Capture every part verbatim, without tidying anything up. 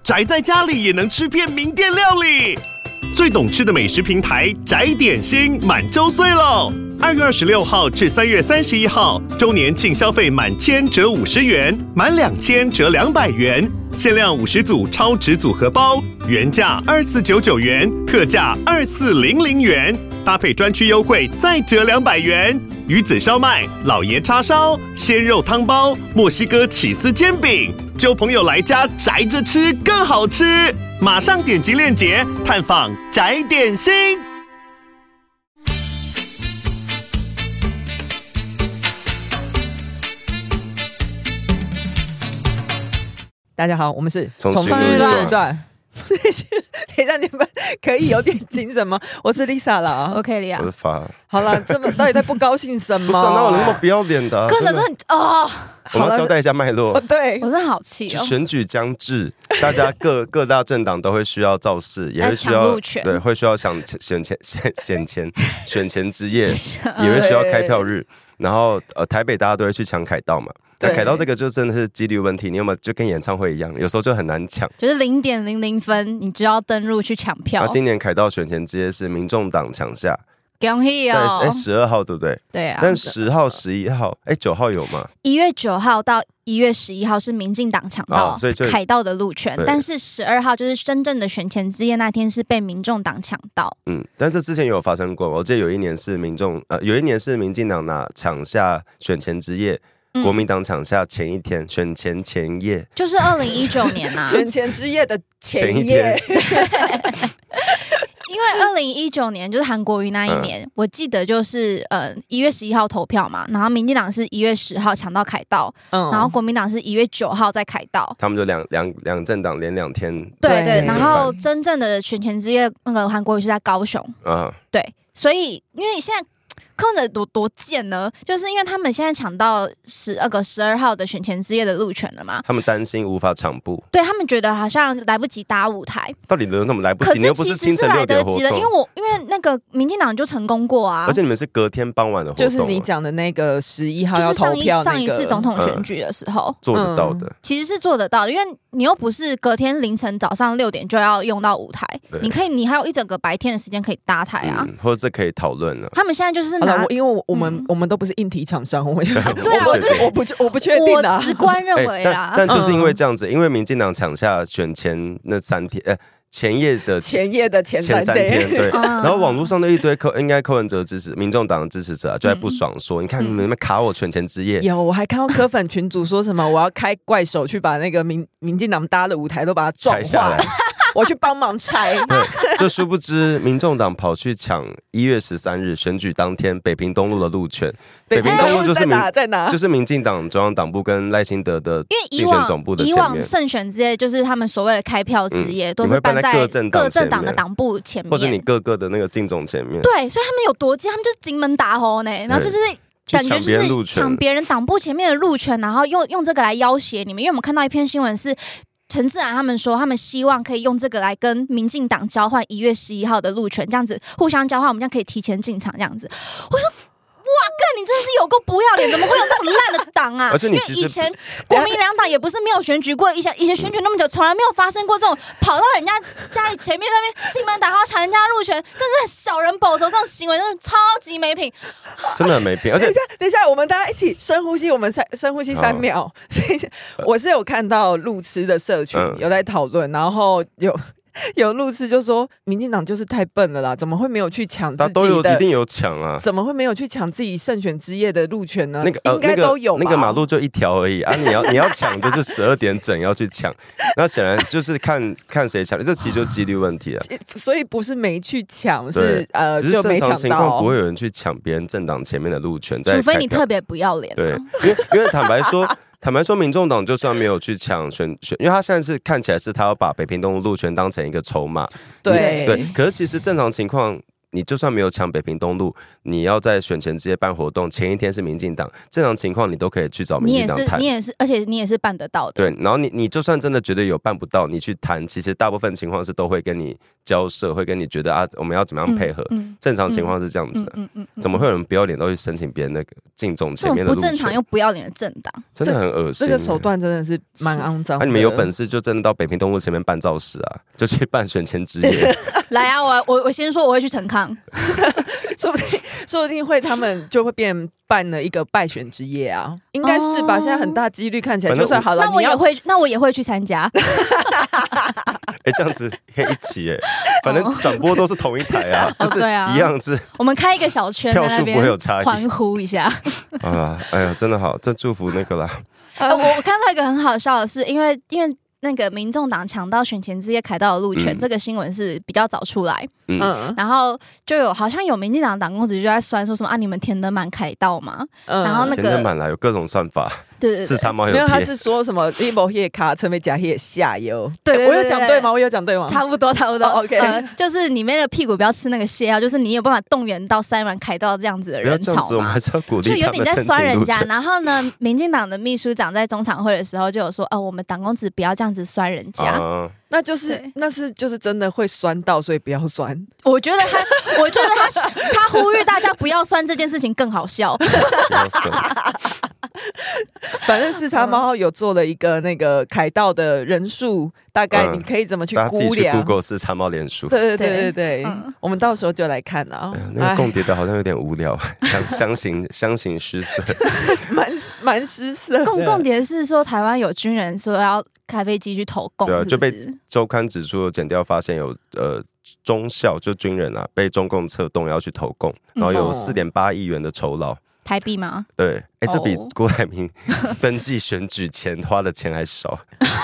宅在家里也能吃遍名店料理。最懂吃的美食平台宅点心满周岁喽！二月二十六号至三月三十一号，周年庆消费满千折五十元，满两千折两百元，限量五十组超值组合包，原价二四九九元，特价二四零零元，搭配专区优惠再折两百元。鱼子烧麦、老爷叉烧、鲜肉汤包、墨西哥起司煎饼，揪朋友来家宅着吃更好吃。马上点击链接探访宅点心。 大家好，我们是重新日段。等一下，你们可以有点精神吗？我是 Lisa 啦 ，OK 莉亚， 我是法。 好了，这么到底在不高兴什么？ 不是、啊，哪有那么不要脸的、啊？ 真的是哦。 我们要交代一下脉络。 哦、对， 我真的好气哦。 选举将至，大家各各大政党都会需要造势，也会需要对，会需要想选前选选前选前之夜，也会需要开票日。然后呃，台北大家都会去抢凯道嘛。那凯道这个就真的是几率问题，你有没有就跟演唱会一样，有时候就很难抢， 就是零点零零分，你就要登入去抢票。 那今年凯道选前之夜是民众党抢下， 恭喜哦！ 哎，十二号对不对？ 对啊。 但十号、十一号，哎，九号有吗？ 一月九号到一月十一号是民进党抢到凯道的路权，但是十二号就是真正的选前之夜那天是被民众党抢到。 嗯，但这之前有发生过，我记得有一年是民众呃，有一年是民进党拿抢下选前之夜。嗯、国民党抢下前一天，选前前夜， 就是二零一九年啊， 选前之夜的前夜。 因为二零一九年就是韩国瑜那一年，嗯、我记得就是呃一月十一号投票嘛，然后民进党是一月十号抢到凯道，嗯、然后国民党是一月九号在凯道， 他们就两两两政党连两天。 对对，然后真正的选前之夜，那个韩国瑜是在高雄，啊，对，所以因为现在。柯文哲多多贱呢，就是因为他们现在抢到十二个十二号的选前之夜的路权了嘛， 他们担心无法抢步， 对他们觉得好像来不及搭舞台， 到底能那么来不及？你又不是清晨六点活动， 因为我因为那个民进党就成功过啊， 而且你们是隔天傍晚的活动， 就是你讲的那个十一号要投票、那个， 就是上一上一次总统选举的时候、 嗯、做得到的、嗯， 其实是做得到的，因为你又不是隔天凌晨早上六点就要用到舞台，你可以，你还有一整个白天的时间可以搭台啊， 嗯、或者这可以讨论了。 他们现在就是拿， 因为我们。嗯、我们都不是硬体厂商，我对啊， 我是我不我不确定啊，我直观认为啦、 欸但。但就是因为这样子，嗯、因为民进党抢下选前那三天，呃，前夜的前夜的前三天，对。然后网络上的一堆柯，应该柯文哲支持，民众党的支持者、啊、就在不爽说，嗯、你看你们卡我选前之夜。 有，我还看到柯粉群组说什么，我要开怪手去把那个民民进党搭的舞台都把它撞坏。我去帮忙拆， 对，这殊不知，民众党跑去抢一月十三日选举当天北平东路的路权。北平东路就是民在哪？ 就是民进党中央党部跟赖清德的竞选总部的前面。 以往胜选之夜就是他们所谓的开票之夜，嗯、都是办在各政党的党部前面， 或者你各个的那个竞总前面。 对，所以他们有多贱，他们就是金门打吼呢，然后就是。感觉就是抢别人党部前面的路权，然后用用这个来要挟你们。因为我们看到一篇新闻是陈自然他们说，他们希望可以用这个来跟民进党交换一月十一号的路权，这样子互相交换，我们这样可以提前进场这样子。我说。哇，干！你真的是有够不要脸，怎么会有这么烂的党啊？ 而且你其实因为以前国民两党也不是没有选举过，以前以前选举那么久，从来没有发生过这种跑到人家家里前面那边进门打号抢人家路权，真是小人保守这种行为，真的超级没品， 真的很没品。而且等一下，等一下，我们大家一起深呼吸，我们深呼吸三秒。哦、我是有看到路痴的社群有在讨论，嗯、然后有。有路痴就说，民进党就是太笨了啦，怎么会没有去抢自己的？ 都有一定有抢啊， 怎么会没有去抢自己胜选之夜的路权呢？ 那个、呃、应该都有吧、那個。那个马路就一条而已啊！你要你要抢就是十二点整要去抢，那显然就是看看谁抢，这其实就几率问题啊。 所以不是没去抢，是呃只是正常情况不会有人去抢别人政党前面的路权， 除非你特别不要脸、啊。 对，因为因为坦白说。坦白说，民众党就算没有去抢选选，因为他现在是看起来是他要把北平东路路权当成一个筹码。 对对，可是其实正常情况， 你就算没有抢北平东路，你要在选前之夜办活动，前一天是民进党，正常情况你都可以去找民进党谈， 你也是，你也是，而且你也是办得到的。 对，然后你你就算真的觉得有办不到，你去谈，其实大部分情况是都会跟你交涉，会跟你觉得啊，我们要怎么样配合？嗯嗯、正常情况是这样子、嗯嗯嗯嗯，怎么会有人不要脸都去申请别人那个竞总前面的路权？ 不正常又不要脸的政党， 真的很恶心。 这个手段真的是蛮肮脏的。 那、啊、你们有本事就真的到北平东路前面办造势啊，就去办选前之夜。 来啊，我我我先说我会去陈康， 说不定说不定会他们就会变办了一个败选之夜啊，应该是吧？哦、现在很大几率看起来就算好了， 那我也会，那我也会去参加。 哎、欸，这样子可以一起哎，反正转播都是同一台啊，哦、就是一样是、哦啊。 我们开一个小圈， 票数不会有差异， 欢呼一下。 啊，哎呀，真的好，这祝福那个啦。 呃、我我看到一个很好笑的是，因为因为。那个民众党抢到选前之夜凯道的路权、嗯，这个新闻是比较早出来，嗯，然后就有好像有民进党党公子就在酸说什么啊，你们填得满凯道吗？嗯、然后那个填得满啦，有各种算法， 对对对，是猫有没有，他是说什么一某些卡成为假些下游，对, 对, 对, 对，我有讲对吗？我有讲对吗？ 差不多，差不多、 oh, ，OK，、呃、 就是你们的屁股不要吃那个泻药，就是你有办法动员到塞满凯道这样子的人潮嘛？我们还是要鼓励他们， 就有点在酸人家。然后呢，民进党的秘书长在中常会的时候就有说，哦、呃，我们党公子不要这样子酸人家。 Uh, 那就是那是就是真的会酸到，所以不要酸。 我觉得他，我觉得他他呼吁大家不要酸这件事情更好笑。 反正四叉猫号有做了一个那个凯道的人数，大概你可以怎么去估量？ Google 四叉猫脸书。 对对对对对，嗯、我们到时候就来看啊。 哎、那个共谍的好像有点无聊，相相形相形失色， 蛮蛮失色。 共共谍是说台湾有军人说要开飞机去投共， 对啊， 是是就被周刊指出检调发现有呃中校就军人啊被中共策动要去投共，然后有四点八亿元的酬劳。 台币吗？ 对，哎、欸，这比郭台铭登记选举前花的钱还少。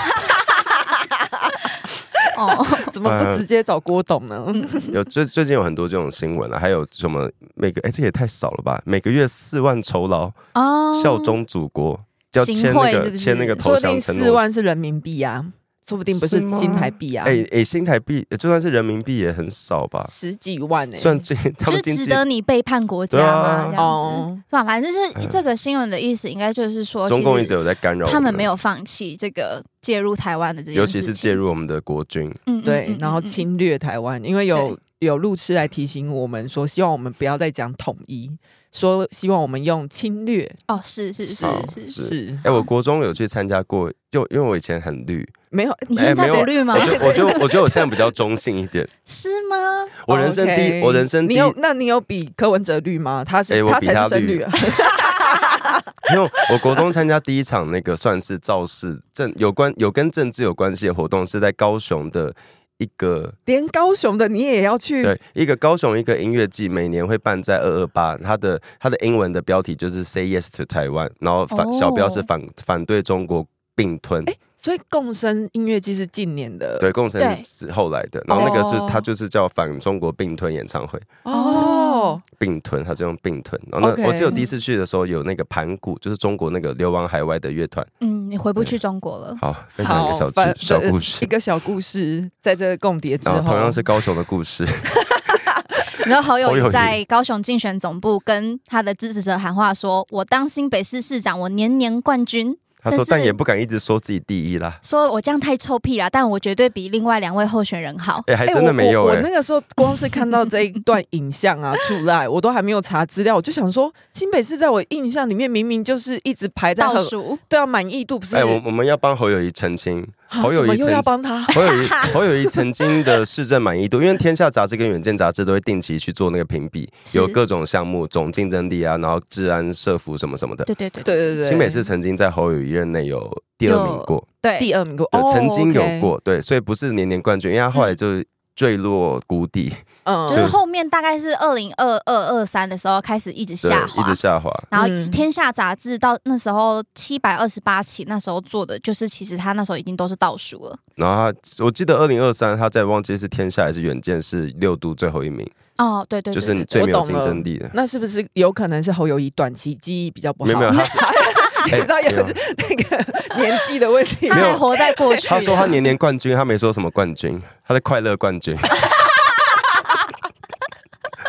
哦，怎么不直接找郭董呢？ 有最最近有很多这种新闻啊，还有什么每个哎、欸，这也太少了吧？每个月四万酬劳，哦，效忠祖国，要签那个签那个投降承诺， 四万是人民币啊。说不定不是新台币啊！ 哎哎、欸欸，新台币就算是人民币也很少吧， 十几万哎、欸， 算这他们就是值得你背叛国家吗？ 啊、 这样子，是吧？反正就是这个新闻的意思，应该就是说， 中共一直有在干扰， 他们没有放弃这个介入台湾的这件事情， 尤其是介入我们的国军， 嗯，对，然后侵略台湾，因为有有路痴来提醒我们说，希望我们不要再讲统一。说希望我们用侵略哦，是是是是是。 哎、欸，我国中有去参加过，因因为我以前很绿， 没有， 你现在不绿吗？ 我觉得我觉得我觉得我现在比较中性一点， 是吗？ 我人生第一， okay, 我人生第一， 你有那你有比柯文哲绿吗？他是、 欸、 他才是深绿啊。 因为我国中参加第一场那个算是造势政有关有跟政治有关系的活动，是在高雄的。一个连高雄的你也要去？ 对，一个高雄一个音乐季，每年会办在二二八，它的它的英文的标题就是 Say Yes to Taiwan， 然后反、哦、小标是反反对中国并吞。 欸所以共生音乐季是近年的， 对，共生是后来的，然后那个是、哦、它就是叫反中国并吞演唱会哦， 并吞，它就用并吞。然后呢， okay, 我记得我第一次去的时候有那个盘古，就是中国那个流亡海外的乐团。 嗯，你回不去中国了。 好，分享一个小小故事， 一个小故事，在这个共谍之后， 同样是高雄的故事。 你知道侯友宜在高雄竞选总部跟他的支持者喊话说：“我当新北市市长，我年年冠军。” 他说：“但也不敢一直说自己第一啦。 说我这样太臭屁啦，但我绝对比另外两位候选人好。 哎、欸，还真的没有、欸欸我。我那个时候光是看到这一段影像啊出来，我都还没有查资料，我就想说，新北市在我印象里面明明就是一直排在倒数， 对啊，满意度不是？ 哎、欸，我我们要帮侯友宜澄清。”侯友宜又要帮他。 侯友宜侯友宜曾经的市政满意度，因为天下杂志跟远见杂志都会定期去做那个评比，有各种项目总竞争力啊，然后治安社福什么什么的。 对对对对对对。 新北市曾经在侯友宜任内有第二名过， 对， 第二名过， 对， 哦、 曾经有过， okay 对，所以不是年年冠军，因为他后来就坠落谷底。 嗯，就是后面大概是二零二二、二三的时候开始一直下滑， 一直下滑。 然后天下杂志到那时候七百二十八期，那时候做的就是其实他那时候已经都是倒数了。 然后他，我记得二零二三他在忘记是天下还是远见是六都最后一名。 哦，对 对, 对, 对, 对， 就是你最没有竞争力的。 那是不是有可能是侯友宜短期记忆比较不好？ 没有没有，他是你知道有那个年纪的问题， 他还活在过去。 他说他年年冠军，他没说什么冠军，他是快乐冠军。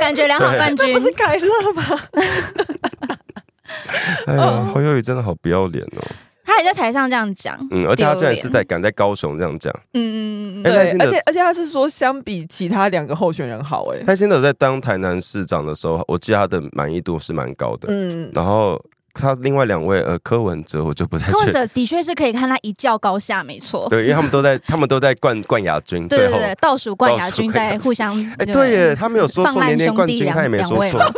感觉良好冠军， 那不是凯乐吗？ 哎呀，侯友宜真的好不要脸哦。 他也在台上这样讲， 嗯，而且他现在是在敢在高雄这样讲， 嗯嗯嗯， 对，而且而且他是说相比其他两个候选人好哎、欸。 赖清德在当台南市长的时候，我记得他的满意度是蛮高的，嗯，然后他另外两位呃柯文哲我就不太确定，柯文哲的确是可以看他一较高下，没错， 对，因为他们都在他们都在冠冠亚军， 对对对，倒数冠亚军在互相， 哎、欸、对耶，他没有说错年年冠军，他也没说错。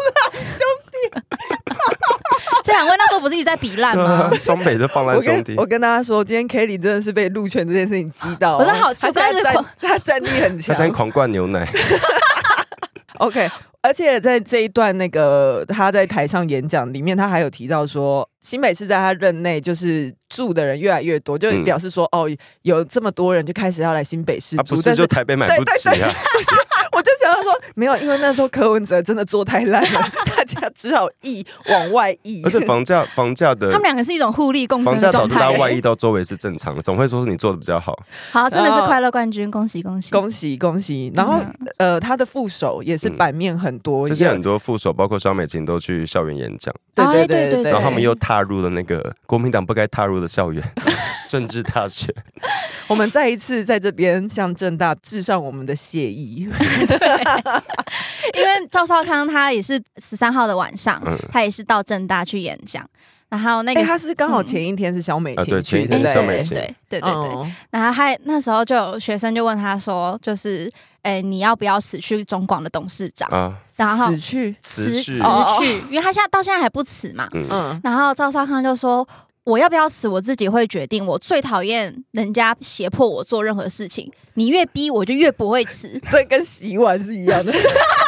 这两位那时候不是一直在比烂吗？ 双北是放烂兄弟。 我跟大家说，今天 Kelly 真的是被路权这件事情击到， 我真的好奇怪， 他他战力很强， 他现在狂灌牛奶。 OK， 而且在这一段那个他在台上演讲里面，他还有提到说，新北市在他任内就是住的人越来越多，就表示说、嗯、哦，有这么多人就开始要来新北市住，啊、 不是就台北买不起啊？ 对对对我就想要说，没有，因为那时候柯文哲真的做太烂了，大家只好移往外移。 而且房价房价的， 他们两个是一种互利共生的状态，房价导致他外移到周围是正常的，总会说是你做的比较好。 好，真的是快乐冠军，恭喜恭喜恭喜恭喜！然后、嗯、呃，他的副手也是版面很多， 这些、嗯、很多副手，包括萧美琴都去校园演讲。 对对对 对, 对， 然后他们又踏入了那个国民党不该踏入的校园。政治大学， 我们再一次在这边向政大致上我们的谢意。 因为赵少康他也是十三号的晚上、嗯，他也是到政大去演讲，然后那个、 欸、他是刚好前一天是萧美琴、嗯啊，对，前一天是萧美琴， 对对对对对、嗯。然后他那时候就有学生就问他说，就是哎、欸，你要不要辞去中广的董事长啊？然后辞去， 辞去， 辞去，因为他现在到现在还不辞嘛。嗯。然后赵少康就说，我要不要死我自己会决定，我最讨厌人家胁迫我做任何事情，你越逼我就越不会死。 这跟洗碗是一样的。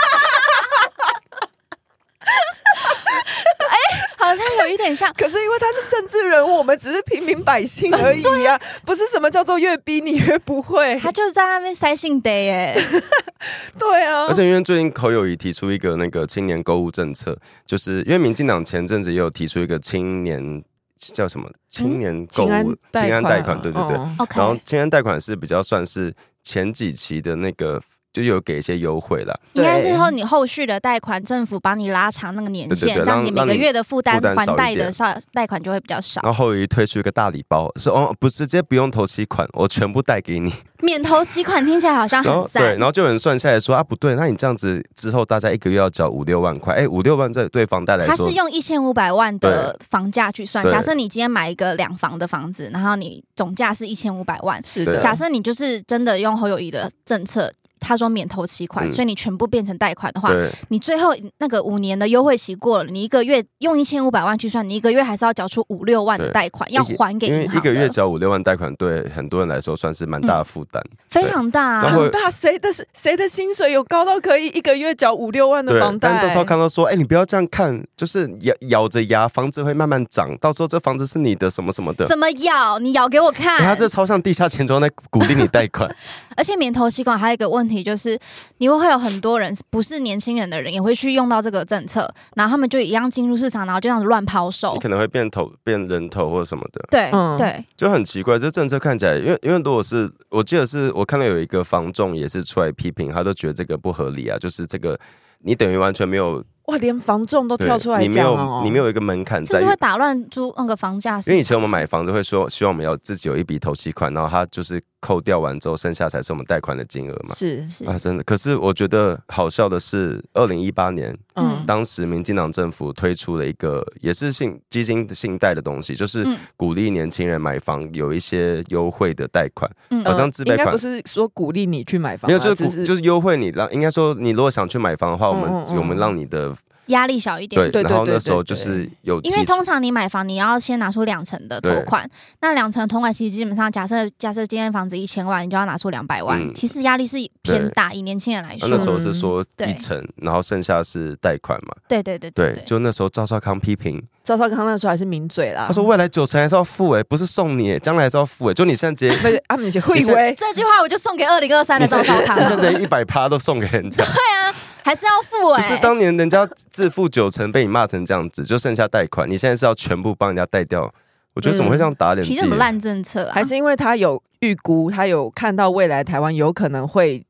好像有一点像， 可是因为他是政治人物，我们只是平民百姓而已啊，啊不是什么叫做越逼你越不会。 他就在那边塞信得耶。 对啊， 而且因为最近侯友宜提出一个那个青年购物政策，就是因为民进党前阵子也有提出一个青年叫什么青年购物、嗯、青安贷款，对对对、哦、然后青安贷款是比较算是前几期的那个。就有给一些优惠啦， 应该是说你后续的贷款，政府帮你拉长那个年限，对对对，这样你每个月的负担还贷的贷款就会比较少。 然后后一推出一个大礼包，是哦，不直接不用头期款，我全部贷给你， 免头期款听起来好像很赞。 对，然后就有人算下来说啊，不对，那你这样子之后大家一个月要缴五六万块，哎，五六万这对房贷来说， 他是用一千五百万的房价去算。假设你今天买一个两房的房子，然后你总价是一千五百万， 是的。 假设你就是真的用侯友宜的政策。他说免头期款、嗯，所以你全部变成贷款的话，你最后那个五年的优惠期过了，你一个月用一千五百万去算，你一个月还是要缴出五六万的贷款，要还给银行的。 因为一个月缴五六万贷款，对很多人来说算是蛮大的负担、嗯， 非常大、啊， 很大。谁的谁的薪水有高到可以一个月缴五六万的房贷？ 但这时候看到说，哎、欸，你不要这样看，就是咬咬着牙，房子会慢慢涨，到时候这房子是你的什么什么的。 怎么咬？你咬给我看。 欸、他这超像地下钱庄在鼓励你贷款。 而且免头期款还有一个问题就是。你会有很多人不是年轻人的人也会去用到这个政策，然后他们就一样进入市场，然后就这样子乱抛售， 你可能会变头变人头或者什么的。 对、嗯、对， 就很奇怪，这政策看起来，因为因为如果是我记得是我看到有一个房仲也是出来批评，他都觉得这个不合理啊，就是这个你等于完全没有。 哇，连房仲都跳出来讲、哦、 你没有，你没有一个门槛在， 这是会打乱出那个房价。 因为以前我们买房子会说，希望我们要自己有一笔头期款，然后它就是扣掉完之后，剩下才是我们贷款的金额嘛。 是是啊，真的。可是我觉得好笑的是，二零一八年，嗯，当时民进党政府推出了一个也是信基金信贷的东西，就是鼓励年轻人买房有一些优惠的贷款，嗯、好像自备款、 呃、应该不是说鼓励你去买房， 没有，就是是就是优惠你让，应该说你如果想去买房的话，我们、嗯嗯、我们让你的。 压力小一点， 对，然后那时候就是有， 因为通常你买房，你要先拿出两成的头款，那两成头款其实基本上，假设假设今天房子一千万，你就要拿出两百万、嗯，其实压力是偏大，以年轻人来说。 那时候是说一成，然后剩下是贷款嘛。 对对对 对, 对, 对，就那时候赵少康批评， 赵少康那时候还是名嘴啦， 他说未来九成还是要付哎、欸，不是送你、欸，将来还是要付哎、欸，就你现在直接那个啊，你是会为这句话我就送给二零二三的赵少康， 你现在直接一百趴都送给人家， 对啊。还是要付哎、 欸，就是当年人家自付九成被你骂成这样子，就剩下贷款，你现在是要全部帮人家贷掉，我觉得怎么会这样打脸？ 提什么烂政策啊？ 还是因为他有预估，他有看到未来台湾有可能会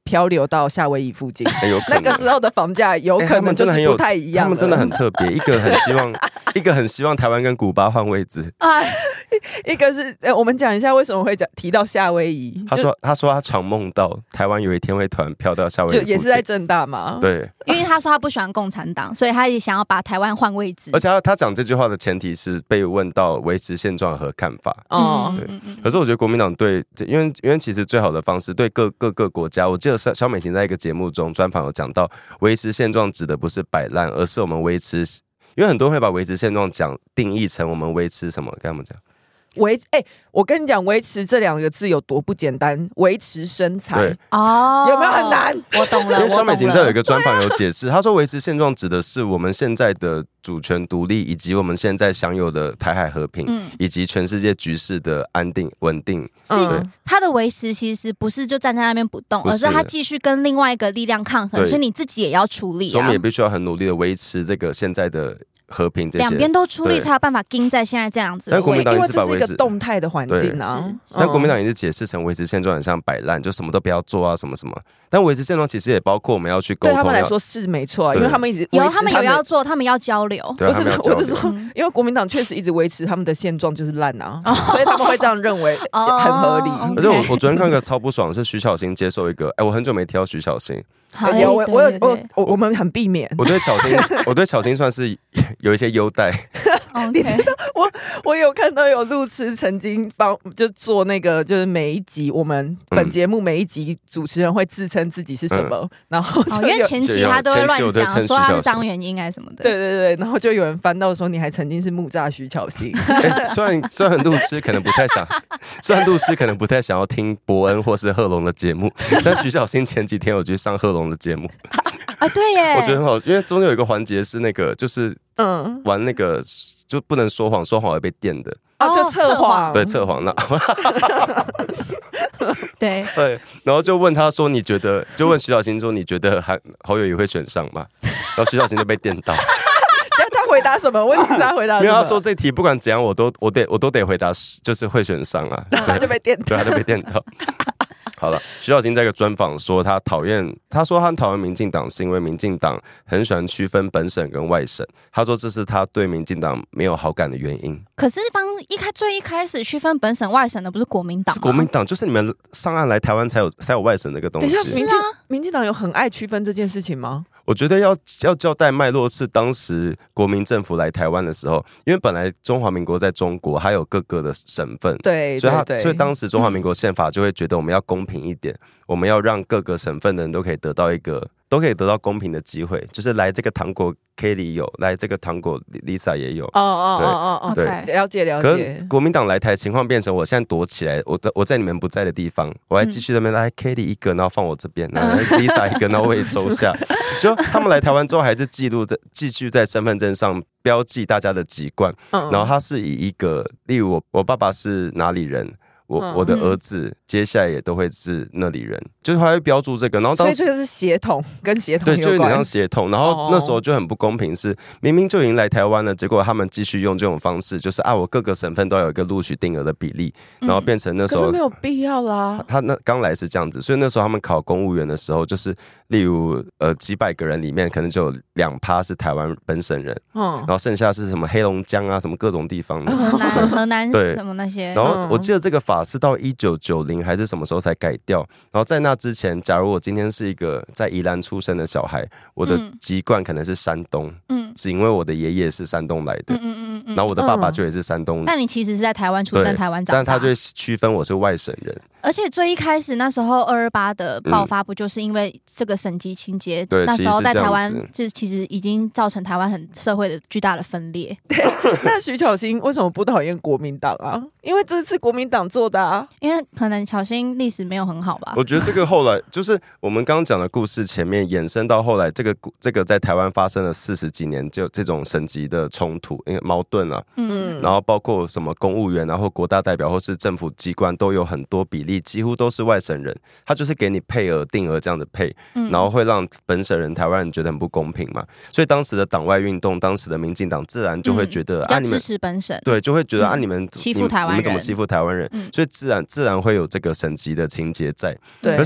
漂流到夏威夷附近， 欸、 那个时候的房价有可能就是不太一样、欸、 他们真的很特别，一个很希望一个很希望台湾跟古巴换位置， 一个是、欸、我们讲一下为什么会讲提到夏威夷。 他说他说他常梦到台湾有一天会突然飘到夏威夷附近， 就也是在政大嘛。 对， 因为他说他不喜欢共产党，所以他也想要把台湾换位置。 而且 他, 他讲这句话的前提是被问到维持现状和看法。哦，对。可是我觉得国民党对，因为因为其实最好的方式对各各个国家，我记得萧美琴在一个节目中专访有讲到，维持现状指的不是摆烂，而是我们维持。因为很多人会把维持现状讲定义成我们维持什么？跟他们讲。 维哎、欸，我跟你讲，维持这两个字有多不简单。维持身材哦， 有没有很难？ 我懂了。 因为萧美琴这有一个专访有解释，他说维持现状指的是我们现在的主权独立，以及我们现在享有的台海和平，嗯、以及全世界局势的安定稳定。 是他的维持其实不是就站在那边不动，不而是他继续跟另外一个力量抗衡，所以你自己也要出力、啊。 所以我们也必须要很努力的维持这个现在的。和平这些两边都出力才有办法盯在现在这样子的位置， 但国民党因为这是一个动态的环境啊。 但国民党也是解释成维持现状很像摆烂，就什么都不要做啊，什么什么。但维持现状其实也包括我们要去沟通， 对他们来说是没错、啊，因为他们一直有他们有要做，他们要交流。 不是，我是说，因为国民党确实一直维持他们的现状就是烂啊，哦、所以他们会这样认为，哦、很合理。 而且我我昨天看一个超不爽，是徐巧芯接受一个，哎，我很久没提到徐巧芯。 有我我有我我我们很避免。 我对巧芯，我对巧芯算是有一些优待。 你知道我我有看到有路痴曾经帮就做那个，就是每一集我们本节目每一集主持人会自称自己是什么，嗯、然后哦，因为前期他都会乱讲，说他是张元英还是什么的。 对对对，然后就有人翻到说你还曾经是木栅徐巧芯。 欸、虽然虽然路痴可能不太想，虽然路痴可能不太想要听伯恩或是贺龙的节目，但徐巧芯前几天有去上贺龙的节目。 啊，对耶， 我觉得很好，因为中间有一个环节是那个，就是嗯，玩那个就不能说谎，说谎会被电的啊，就测谎， 对，测谎那， 对对，然后就问他说，你觉得，就问徐巧芯说，你觉得韩侯友宜会选上吗？然后徐巧芯就被电到。 他回答什么？问题是他回答什么？ 因为他说这题不管怎样，我都我得我都得回答，就是会选上啊， 他就被电到， 对，他就被电到。好了，徐巧芯在一个专访说，他讨厌，他说他很讨厌民进党，是因为民进党很喜欢区分本省跟外省。他说这是他对民进党没有好感的原因。 可是当一开最一开始区分本省外省的不是国民党吗？ 是国民党，就是你们上岸来台湾才有才有外省那个东西。 等一下，民进民进党有很爱区分这件事情吗？ 我觉得要要交代脉络是当时国民政府来台湾的时候，因为本来中华民国在中国还有各个的省份， 对， 所以他对对所以当时中华民国宪法就会觉得我们要公平一点，嗯、我们要让各个省份的人都可以得到一个都可以得到公平的机会，就是来这个糖果 Kelly 有，来这个糖果 Lisa 也有。 哦哦哦哦哦，对，了解了解。 可是国民党来台情况变成，我现在躲起来，我在我在你们不在的地方，我还继续在那边来 Kelly 一个，然后放我这边，然后 Lisa 一个，然后我也收下。就他们来台湾之后，还是记录在继续在身份证上标记大家的籍贯，然后他是以一个，例如我我爸爸是哪里人。我, 我的儿子、嗯、接下来也都会是那里人，就是他会标注这个，然后当时所以这个是血统跟血统有关， 对，就有点像血统。然后那时候就很不公平是，是明明就已经来台湾了，结果他们继续用这种方式，就是啊，我各个省份都有一个录取定额的比例，然后变成那时候、 嗯、可是没有必要啦。 他, 他那刚来是这样子，所以那时候他们考公务员的时候，就是例如呃几百个人里面，可能就有两趴是台湾本省人，嗯，然后剩下是什么黑龙江啊，什么各种地方的， 河南河南什么那些。 然后我记得这个法是到一九九零还是什么时候才改掉？然后在那之前，假如我今天是一个在宜兰出生的小孩，我的籍贯可能是山东，嗯，只因为我的爷爷是山东来的，嗯嗯嗯，然后我的爸爸就也是山东人。 但你其实是在台湾出生，台湾长大， 但他就会区分我是外省人。 而且最一开始那时候二二八的爆发，不就是因为这个省籍情节？ 对， 那时候在台湾，这其实已经造成台湾很社会的巨大的分裂。 对，那徐巧芯为什么不讨厌国民党啊？因为这是国民党做的啊。 因为可能巧芯历史没有很好吧。 我觉得这个后来就是我们刚刚讲的故事前面衍生到后来，这个这个在台湾发生了四十几年，就这种省级的冲突、矛盾啊，嗯，然后包括什么公务员，然后国大代表或是政府机关都有很多比例，几乎都是外省人，他就是给你配额定额这样的配，然后会让本省人台湾人觉得很不公平嘛，所以当时的党外运动，当时的民进党自然就会觉得、 嗯、 啊， 你们支持本省， 对，就会觉得、嗯、啊，你们欺负台湾人， 你们怎么欺负台湾人？嗯、所以自然自然会有这个省级的情节在。 对， 可是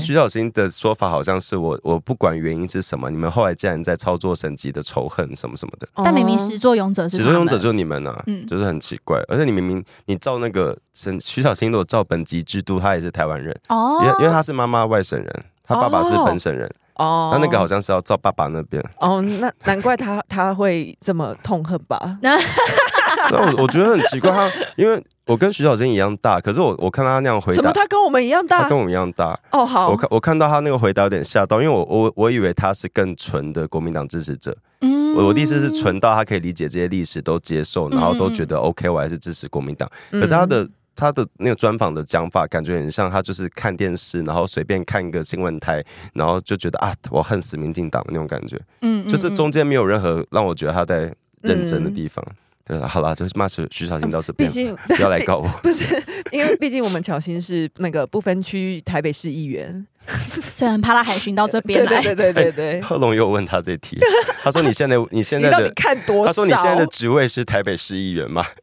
徐小新的说法好像是我我不管原因是什么，你们后来竟然在操作省级的仇恨什么什么的， 但明明始作俑者是他们， 始作俑者就是你们啊，嗯、就是很奇怪。而且你明明你照那个徐小新如果照本籍制度，他也是台湾人哦，因为因为他是妈妈外省人，他爸爸是本省人。哦，那那个好像是要照爸爸那边哦，那难怪他他会这么痛恨吧？ 那我我觉得很奇怪，他因为我跟徐小新一样大，可是我我看他那样回答， 什么他跟我们一样大？ 他跟我们一样大哦，好， 我看我看到他那个回答有点吓到，因为我我我以为他是更纯的国民党支持者，嗯，我我的意思是纯到他可以理解这些历史都接受，然后都觉得 OK， 我还是支持国民党，可是他的。他的那个专访的讲法，感觉很像他就是看电视，然后随便看一个新闻台，然后就觉得啊，我恨死民进党的那种感觉。嗯，就是中间没有任何让我觉得他在认真的地方。对，好啦，就骂徐徐小新到这边，毕竟不要来告我。 不是，因为毕竟我们巧芯是那个不分区台北市议员， 所以很怕他海巡到这边来。 对对对对对。 欸、贺龙又问他这题，他说：“你现在你现在的你到底看多少？” 他说：“你现在的职位是台北市议员吗？”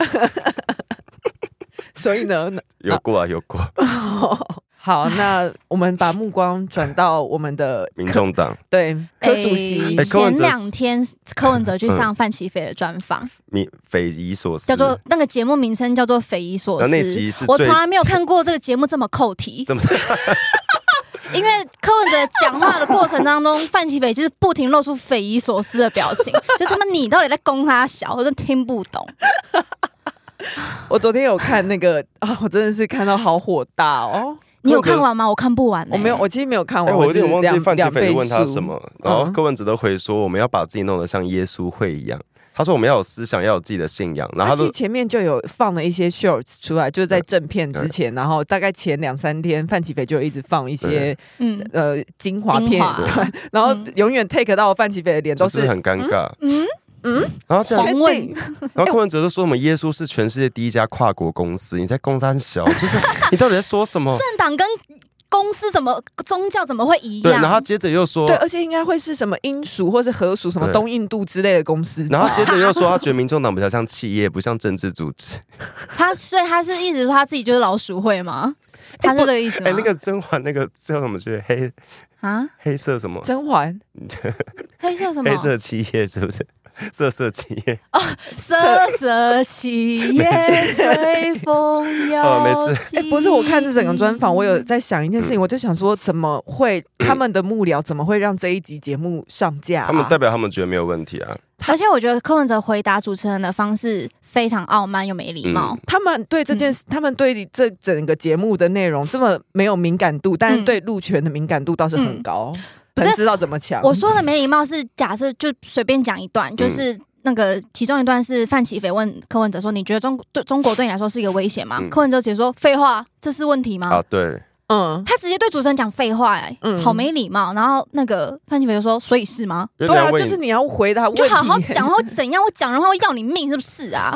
所以呢， 有过啊，有过。 好，那我们把目光转到我们的民众党， 对柯主席。 欸、前两天柯文哲去上范琪斐的专访， 嗯，匪夷所思， 叫做那个节目名称叫做匪夷所思。 那集是我从来没有看过这个节目这么扣题。 怎么？ 因为柯文哲讲话的过程当中，范琪斐就是不停露出匪夷所思的表情，就他们你到底在攻他小，我真听不懂。 我昨天有看那个啊，我真的是看到好火大哦！ 你有看完吗？我看不完、欸， 我没有，我其实没有看完。 欸、我有点忘记范琪斐问他什么，然后柯文哲都回说我们要把自己弄得像耶稣会一样。他说我们要有思想，要有自己的信仰。然后他其实前面就有放了一些 shorts 出来，就是在正片之前，然后大概前两三天，范琪斐就一直放一些嗯呃精华片段，然后永远 take 到范琪斐的脸都是、 就是、很尴尬。嗯。嗯嗯，然后这样，然后柯文哲都说我们耶稣是全世界第一家跨国公司，你在公三小，就是你到底在说什么？ 政党跟公司怎么宗教怎么会一样？ 对，然后接着又说， 对，而且应该会是什么英属或是荷属什么东印度之类的公司。 然后接着又说他觉得民众党比较像企业，不像政治组织。 他所以他是一直说他自己就是老鼠会吗？他是这个意思吗？ 哎、欸，那个甄嬛那个叫什么是黑啊？黑色什么？ 甄嬛？ 黑色什么？ 黑色企业是不是？色色企业哦，色色企业随风摇。 哦，没事。 哎、欸，不是，我看这整个专访，我有在想一件事情，嗯、我就想说，怎么会他们的幕僚怎么会让这一集节目上架、啊？ 他们代表他们觉得没有问题啊。 而且我觉得柯文哲回答主持人的方式非常傲慢又没礼貌、嗯。 他们对这件事，嗯、他们对这整个节目的内容这么没有敏感度，但是对路权的敏感度倒是很高。嗯很知道怎么抢。 我说的没礼貌是假设就随便讲一段，就是那个其中一段是范琪斐问柯文哲说：“你觉得中对中国对你来说是一个威胁吗？”嗯、柯文哲直接说：“废话，这是问题吗？” 啊，对， 嗯， 他直接对主持人讲废话、欸，哎、嗯，好没礼貌。然后那个范琪斐就说：“所以是吗？” 对啊，就是你要回答问题， 就好好讲，或怎样，我讲人话会要你命，是不是啊？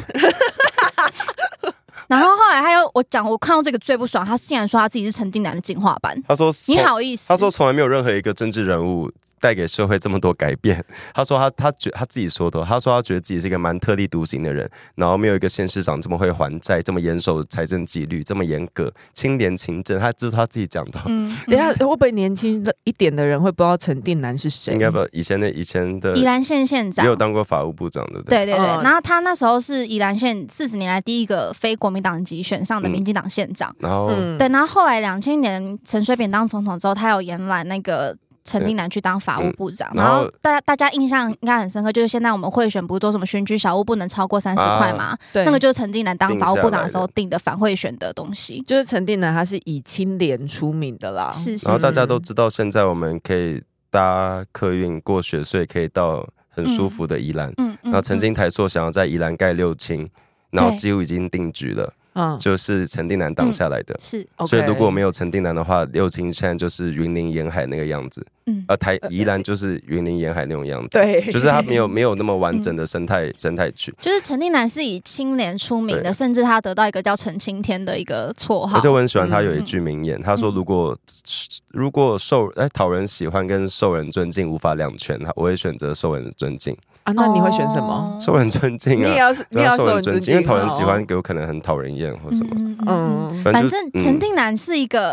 然后后来他又我讲，我看到这个最不爽，他竟然说他自己是陈定南的进化版。 他说：“ 你好意思？” 他说：“从来没有任何一个政治人物带给社会这么多改变。”他说他：“他他觉他自己说的，他说他觉得自己是一个蛮特立独行的人，然后没有一个县市长这么会还债，这么严守财政纪律，这么严格、清廉勤政。”他这是他自己讲的。嗯， 等一下会不会年轻一点的人会不知道陈定南是谁？ 应该不，以前的以前的宜兰县县长也有当过法务部长的。 对对对，嗯、然后他那时候是宜兰县四十年来第一个非国民党籍选上的民进党县长， 嗯、然后、 嗯、对，然后后来两千年陈水扁当总统之后，他有延揽那个陈定南去当法务部长，嗯、然后大家大家印象应该很深刻，就是现在我们贿选不是都什么选举小物不能超过三十块吗？啊、那个就是陈定南当法务部长的时候定的反贿选的东西。 就是陈定南他是以清廉出名的啦， 是是。 然后大家都知道，现在我们可以搭客运过雪隧，可以到很舒服的宜兰。嗯嗯、然后曾经台塑想要在宜兰盖六轻，然后几乎已经定局了。嗯，就是陈定南挡下来的，嗯、 是， okay. 所以如果没有陈定南的话，六轻现在就是云林沿海那个样子，嗯，而台宜兰就是云林沿海那种样子， 对， 就是它没有没有那么完整的生态、嗯、生态区。 就是陈定南是以清廉出名的，甚至他得到一个叫陈青天的一个绰号。 而且我很喜欢他有一句名言，嗯、他说：“如果、嗯、如果受哎讨人喜欢跟受人尊敬无法两全，我会选择受人尊敬。” 啊，那你会选什么？ 受人尊敬啊！ 你也要你也要受人尊敬， 因为讨人喜欢有可能很讨人厌或什么。 嗯，反正陈定南是一个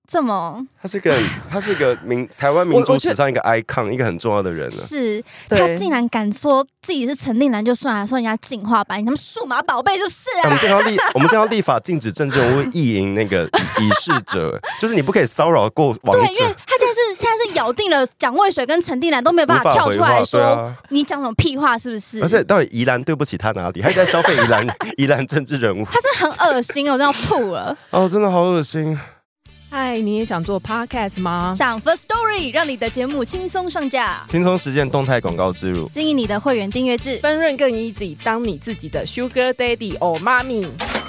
这么， 他是个他是一个民台湾民族史上一个 icon， 一个很重要的人。 是他竟然敢说自己是陈定南就算了，说人家进化版，你他们数码宝贝是不是啊？ 我们正要立，我们正要立法禁止政治人物意淫那个已逝者，就是你不可以骚扰过王者。 对，因为他现在是现在是咬定了蒋渭水跟陈定南都没有办法跳出来说、啊、你讲什么屁话是不是？ 而且到底宜兰对不起他哪里？他在消费宜兰宜兰政治人物， 他是很恶心，我真的要吐了。 哦，真的好恶心。 嗨，你也想做 podcast 吗？ 上 First Story 让你的节目轻松上架， 轻松实践动态广告植入， 经营你的会员订阅制， 分润更 easy， 当你自己的 Sugar Daddy or Mommy。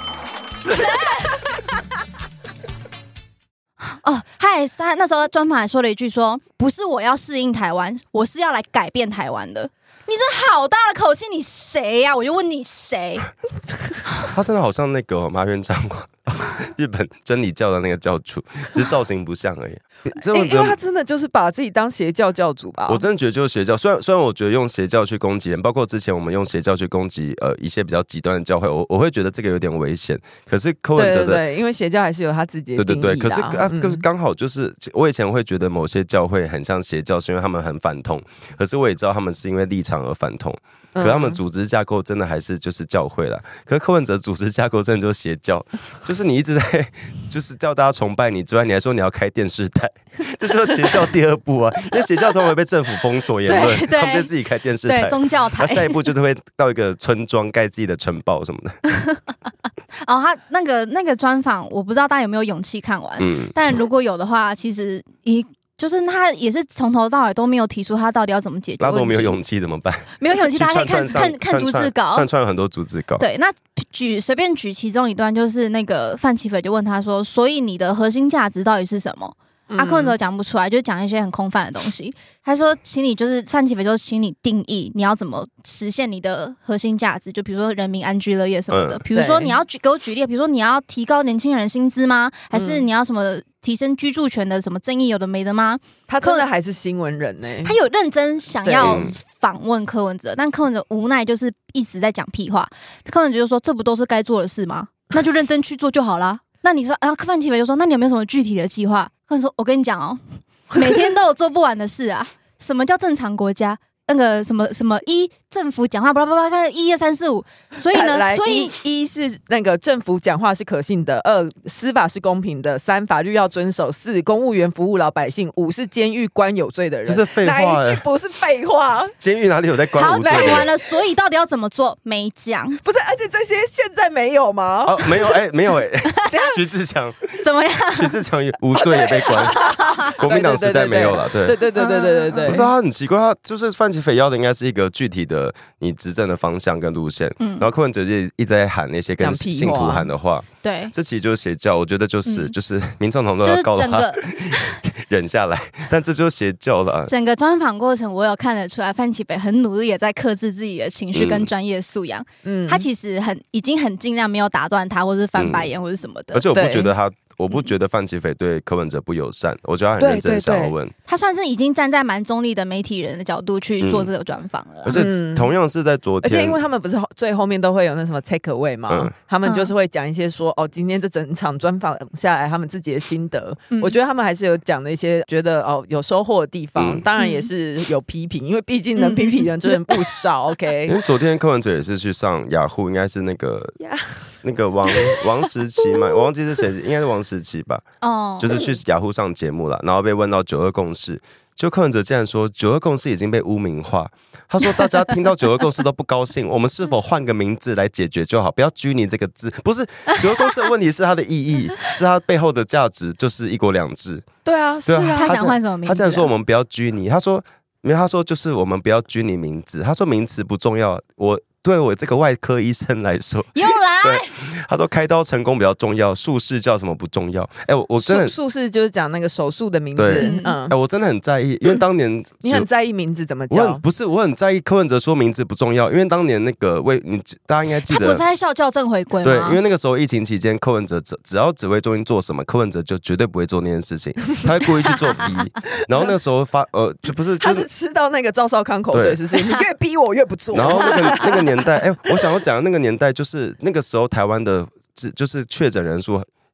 哦，嗨，他那时候专访还说了一句说，不是我要适应台湾，我是要来改变台湾的。你这好大的口气，你谁呀、啊？我就问你谁？ 他真的好像那个麻原彰晃，日本真理教的那个教主，只是造型不像而已。 欸、因为他真的就是把自己当邪教教主吧？ 我真的觉得就是邪教。虽然虽然我觉得用邪教去攻击人，包括之前我们用邪教去攻击呃一些比较极端的教会，我我会觉得这个有点危险。可是柯文哲的， 对对对，因为邪教还是有他自己的定义的、啊。 对对对，可是啊，就是刚好就是我以前会觉得某些教会很像邪教，是因为他们很反同。可是我也知道他们是因为立场而反同。可他们组织架构真的还是就是教会啦。可是柯文哲组织架构真的就是邪教，就是你一直在就是叫大家崇拜你之外，你还说你要开电视台，这就是邪教第二步啊。因为邪教通常会被政府封锁言论，他们就自己开电视台， 对宗教台。 那下一步就是会到一个村庄盖自己的城堡什么的。 哦，他那个那个专访，我不知道大家有没有勇气看完，嗯，但如果有的话，其实一。就是他也是从头到尾都没有提出他到底要怎么解决问题。 那都没有勇气怎么办？ 没有勇气，大家可以看看看逐字稿， 串串有很多逐字稿。 对，那举随便举其中一段，就是那个范琪斐就问他说：“所以你的核心价值到底是什么？”阿柯文哲讲不出来，就讲一些很空泛的东西。他说：“请你就是范琪斐，就是请你定义你要怎么实现你的核心价值，就比如说人民安居乐业什么的。嗯、比如说你要举给我举例，比如说你要提高年轻人薪资吗？还是你要什么提升居住权的什么正义有的没的吗？” 他真的还是新闻人呢、欸， 他有认真想要访问柯文哲，但柯文哲无奈就是一直在讲屁话。柯文哲就说：“这不都是该做的事吗？那就认真去做就好啦。”那你说，然后范琪斐就说：“那你有没有什么具体的计划？”柯文哲说：“我跟你讲哦，每天都有做不完的事啊。什么叫正常国家？那个什么什么一政府讲话巴拉巴拉，看一二三四五。所以呢，所以一, 一是那个政府讲话是可信的，二司法是公平的，三法律要遵守，四公务员服务老百姓，五是监狱关有罪的人。 这是废话、欸， 哪一句不是废话？ 监狱哪里有在关无罪的人？ 好，讲完了，所以到底要怎么做？没讲。 不是，而且这些现在没有吗？ 哦，没有，哎、欸，没有、欸，哎，徐志强怎么样？ 徐志强无罪也被关，国民党时代没有了，对， 对对对对对对对。 不是他很奇怪，他就是范琪斐要的应该是一个具体的你执政的方向跟路线，嗯、然后柯文哲就一直在喊那些跟信徒喊的话， 对， 这其实就是邪教，我觉得就是、嗯、就是民众党都要告的话，忍下来，但这就是邪教了。 整个专访过程，我有看得出来，范琪斐很努力也在克制自己的情绪跟专业素养，嗯，他其实很已经很尽量没有打断他，或是翻白眼或是什么的， 而且我不觉得他。我不觉得范琪斐对柯文哲不友善，我觉得他很认真想要问。对对对， 他算是已经站在蛮中立的媒体人的角度去做这个专访了、嗯。 而且同样是在昨天， 而且因为他们不是最后面都会有那什么 take away 吗？嗯、他们就是会讲一些说哦，今天这整场专访下来，他们自己的心得。嗯、我觉得他们还是有讲的一些觉得哦有收获的地方，嗯、当然也是有批评，因为毕竟能批评人真的不少。嗯、OK， 因为昨天柯文哲也是去上雅虎，应该是那个。那个王王时琪嘛，我忘记是谁，应该是王时琪吧。哦，就是去雅虎上节目了，然后被问到九二共识，就柯文哲竟然说九二共识已经被污名化。他说大家听到九二共识都不高兴，我们是否换个名字来解决就好，不要拘泥这个字。不是九二共识的问题是它的意义，是它背后的价值，就是一国两制。 对啊，是啊， 他想换什么名字、啊？ 他这样说我们不要拘泥，他说没有，他说就是我们不要拘泥名字，他说名词不重要，我。对我这个外科医生来说， 又来， 他说开刀成功比较重要，术式叫什么不重要。哎，我我真的术式就是讲那个手术的名字。 对，嗯，哎，我真的很在意，因为当年你很在意名字怎么叫？ 不是，我很在意柯文哲说名字不重要，因为当年那个为你大家应该记得， 他不是在校校正回归吗？ 对，因为那个时候疫情期间，柯文哲只只要指挥中心做什么，柯文哲就绝对不会做那件事情，他会故意去做 B。然后那个时候发呃，就不是，就是、 他是吃到那个赵少康口水，是不是？你越逼我越不做。 然后那个那个年代，哎，我想。然后讲的那个年代，就是那个时候台湾的，就是确诊人数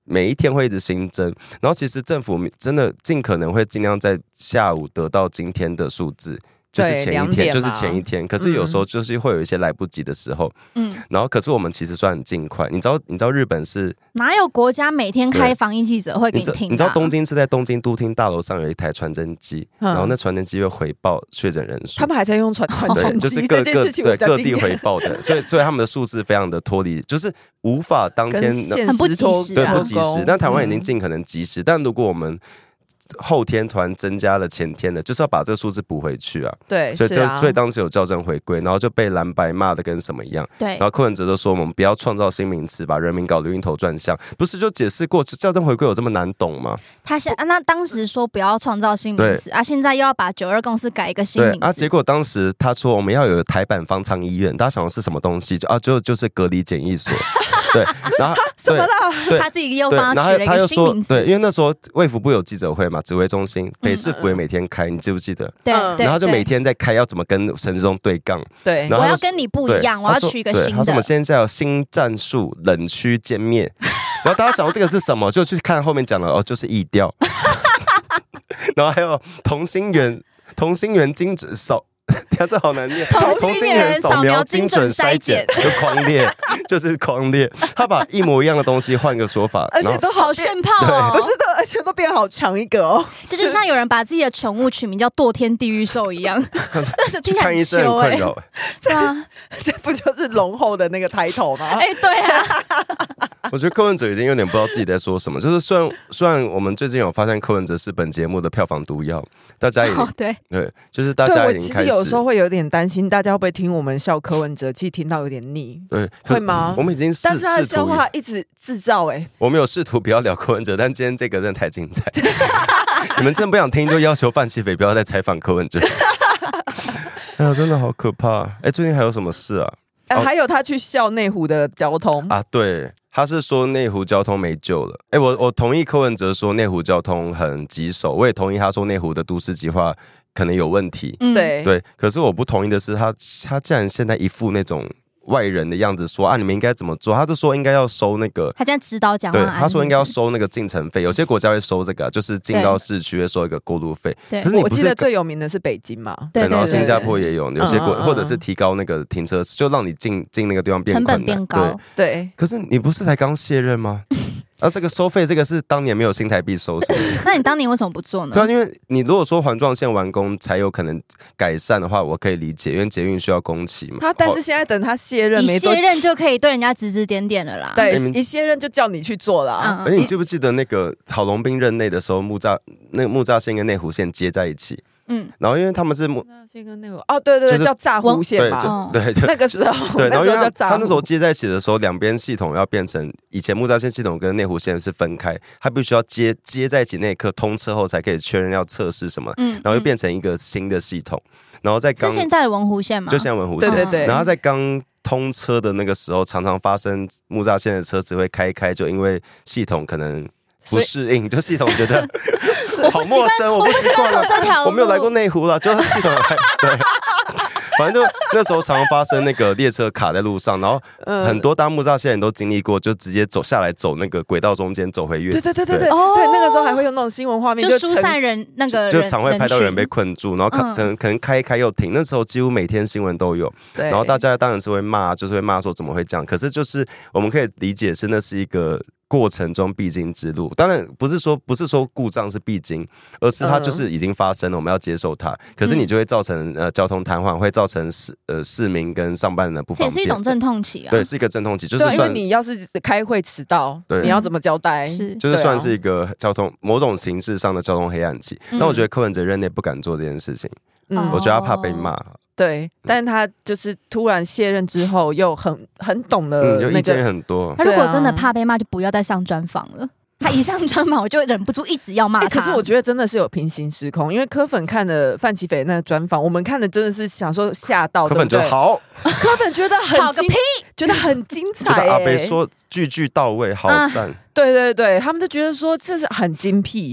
每一天会一直新增，然后其实政府真的尽可能会尽量在下午得到今天的数字。就是前一天，就是前一天，可是有时候就是会有一些来不及的时候，嗯，然后可是我们其实算很尽快。你知道，你知道日本是哪有国家每天开防疫记者会给你听、啊？ 你知道东京是在东京都厅大楼上有一台传真机，嗯、然后那传真机会回报确诊人数。 他们还在用传传真机， 就是各各对各地回报的，所以所以他们的数字非常的脱离，就是无法当天很不及时、啊， 对不及时。但台湾已经尽可能及时，嗯、但如果我们后天突然增加了前天的，就是要把这个数字补回去啊。 对， 所以就、 啊、 所以当时有校正回归，然后就被蓝白骂的跟什么一样。 对， 然后柯文哲都说我们不要创造新名词，把人民搞得晕头转向。不是就解释过校正回归有这么难懂吗？ 他现、啊、那当时说不要创造新名词啊，现在又要把九二共识改一个新名词啊，结果当时他说我们要有台版方舱医院，大家想的是什么东西？就啊就就是隔离检疫所。对，然后什么啦？ 他自己又帮他取了一个新名词。 对，因为那时候卫福部有记者会嘛，指挥中心，北市府也每天开，你记不记得？ 对， 然后就每天在开，要怎么跟陈时中对杠？ 对， 我要跟你不一样，我要取一个新的。 他说我们现在有新战术，冷区歼灭。然后大家想到这个是什么，就去看后面讲了哦，就是疫调。然后还有同心圆，同心圆精准扫。天，这好难念。 同心圆扫描精准筛检， 就狂烈，就是狂烈。他把一模一样的东西换个说法， 而且都好炫炮哦， 不是的，而且都变好长一个哦。 这就像有人把自己的宠物取名叫堕天地狱兽一样，但是听起来很羞看医生很困扰。 对啊， 这不就是龙后的那个抬头吗？ 哎，对啊。 我觉得柯文哲已经有点不知道自己在说什么。就是虽然虽然我们最近有发现柯文哲是本节目的票房毒药，大家也、哦、 对对，就是大家已经开始。 有时候会有点担心，大家会不会听我们笑柯文哲，其实听到有点腻， 对， 会吗？ 我们已经试， 但是他的笑话一直制造、欸，哎， 我们有试图不要聊柯文哲，但今天这个真的太精彩，你们真不想听，就要求范琪斐不要再采访柯文哲。哎呀，真的好可怕！哎、欸，最近还有什么事啊？ 呃、还有他去笑内湖的交通啊，对，他是说内湖交通没救了。哎，我我同意柯文哲说内湖交通很棘手，我也同意他说内湖的都市计划可能有问题。 嗯、对对，可是我不同意的是他，他竟然现在一副那种外人的样子说啊，你们应该怎么做？他就说应该要收那个， 他这样指导讲话， 对，他说应该要收那个进城费，有些国家会收这个、啊，就是进到市区会收一个过路费。 对， 可是你不是我记得最有名的是北京嘛， 对，对对对对，然后新加坡也有，有些国、嗯嗯嗯、或者是提高那个停车，就让你进进那个地方变困难， 成本变高。 对， 对可是你不是才刚卸任吗？啊，这个收费，这个是当年没有新台币收，是不是？ 那你当年为什么不做呢？ 对啊，因为你如果说环状线完工才有可能改善的话，我可以理解，因为捷运需要工期嘛。 他但是现在等他卸任没多， 一卸任就可以对人家指指点点了啦。 对，一卸任就叫你去做啦。 而且、嗯、你记不记得那个郝龙斌任内的时候，木栅那个木栅线跟内湖线接在一起？嗯，然后因为他们是木栅线跟内湖哦，对对对，就是、叫炸湖线嘛， 对，对那个时候， 对，然后因为 他, 他那时候接在一起的时候，两边系统要变成以前木栅线系统跟内湖线是分开，它必须要接接在一起那一刻通车后才可以确认要测试什么，嗯，然后又变成一个新的系统，然后在刚是现在的文湖线吗？ 就现在文湖线， 对对对， 然后在刚通车的那个时候，常常发生木栅线的车子会开一开，就因为系统可能不适应，就系统觉得好陌生，我不习惯了，我没有来过内湖了，就系统对，反正就那时候常常发生那个列车卡在路上，然后很多搭木栅线人都经历过，就直接走下来走那个轨道中间走回月。 对对对对对，对，那个时候还会有那种新闻画面， 就疏散人那个就常会拍到人被困住，然后可能可能开一开又停，那时候几乎每天新闻都有，然后大家当然是会骂，就是会骂说怎么会这样，可是就是我们可以理解是那是一个过程中必经之路，当然不是说不是说故障是必经，而是它就是已经发生了，我们要接受它。可是你就会造成呃交通瘫痪，会造成市呃市民跟上班人的不方便， 这也是一种阵痛期啊。 对，是一个阵痛期，就是算因为你要是开会迟到，你要怎么交代？ 是， 就是算是一个交通某种形式上的交通黑暗期。那、嗯、我觉得柯文哲任内不敢做这件事情，嗯、我觉得他怕被骂。 对，但是他就是突然卸任之后，又很很懂得、那個， 嗯，就意见很多。 他如果真的怕被骂，就不要再上专访了。他一上专访，我就忍不住一直要骂他、欸。 可是我觉得真的是有平行时空，因为柯粉看了范琪斐那个专访，我们看的真的是想说吓到， 柯粉觉得好， 柯粉觉得很好个屁， 觉得很精彩、欸。 阿北说句句到位，好赞、 嗯。对对对，他们就觉得说这是很精辟。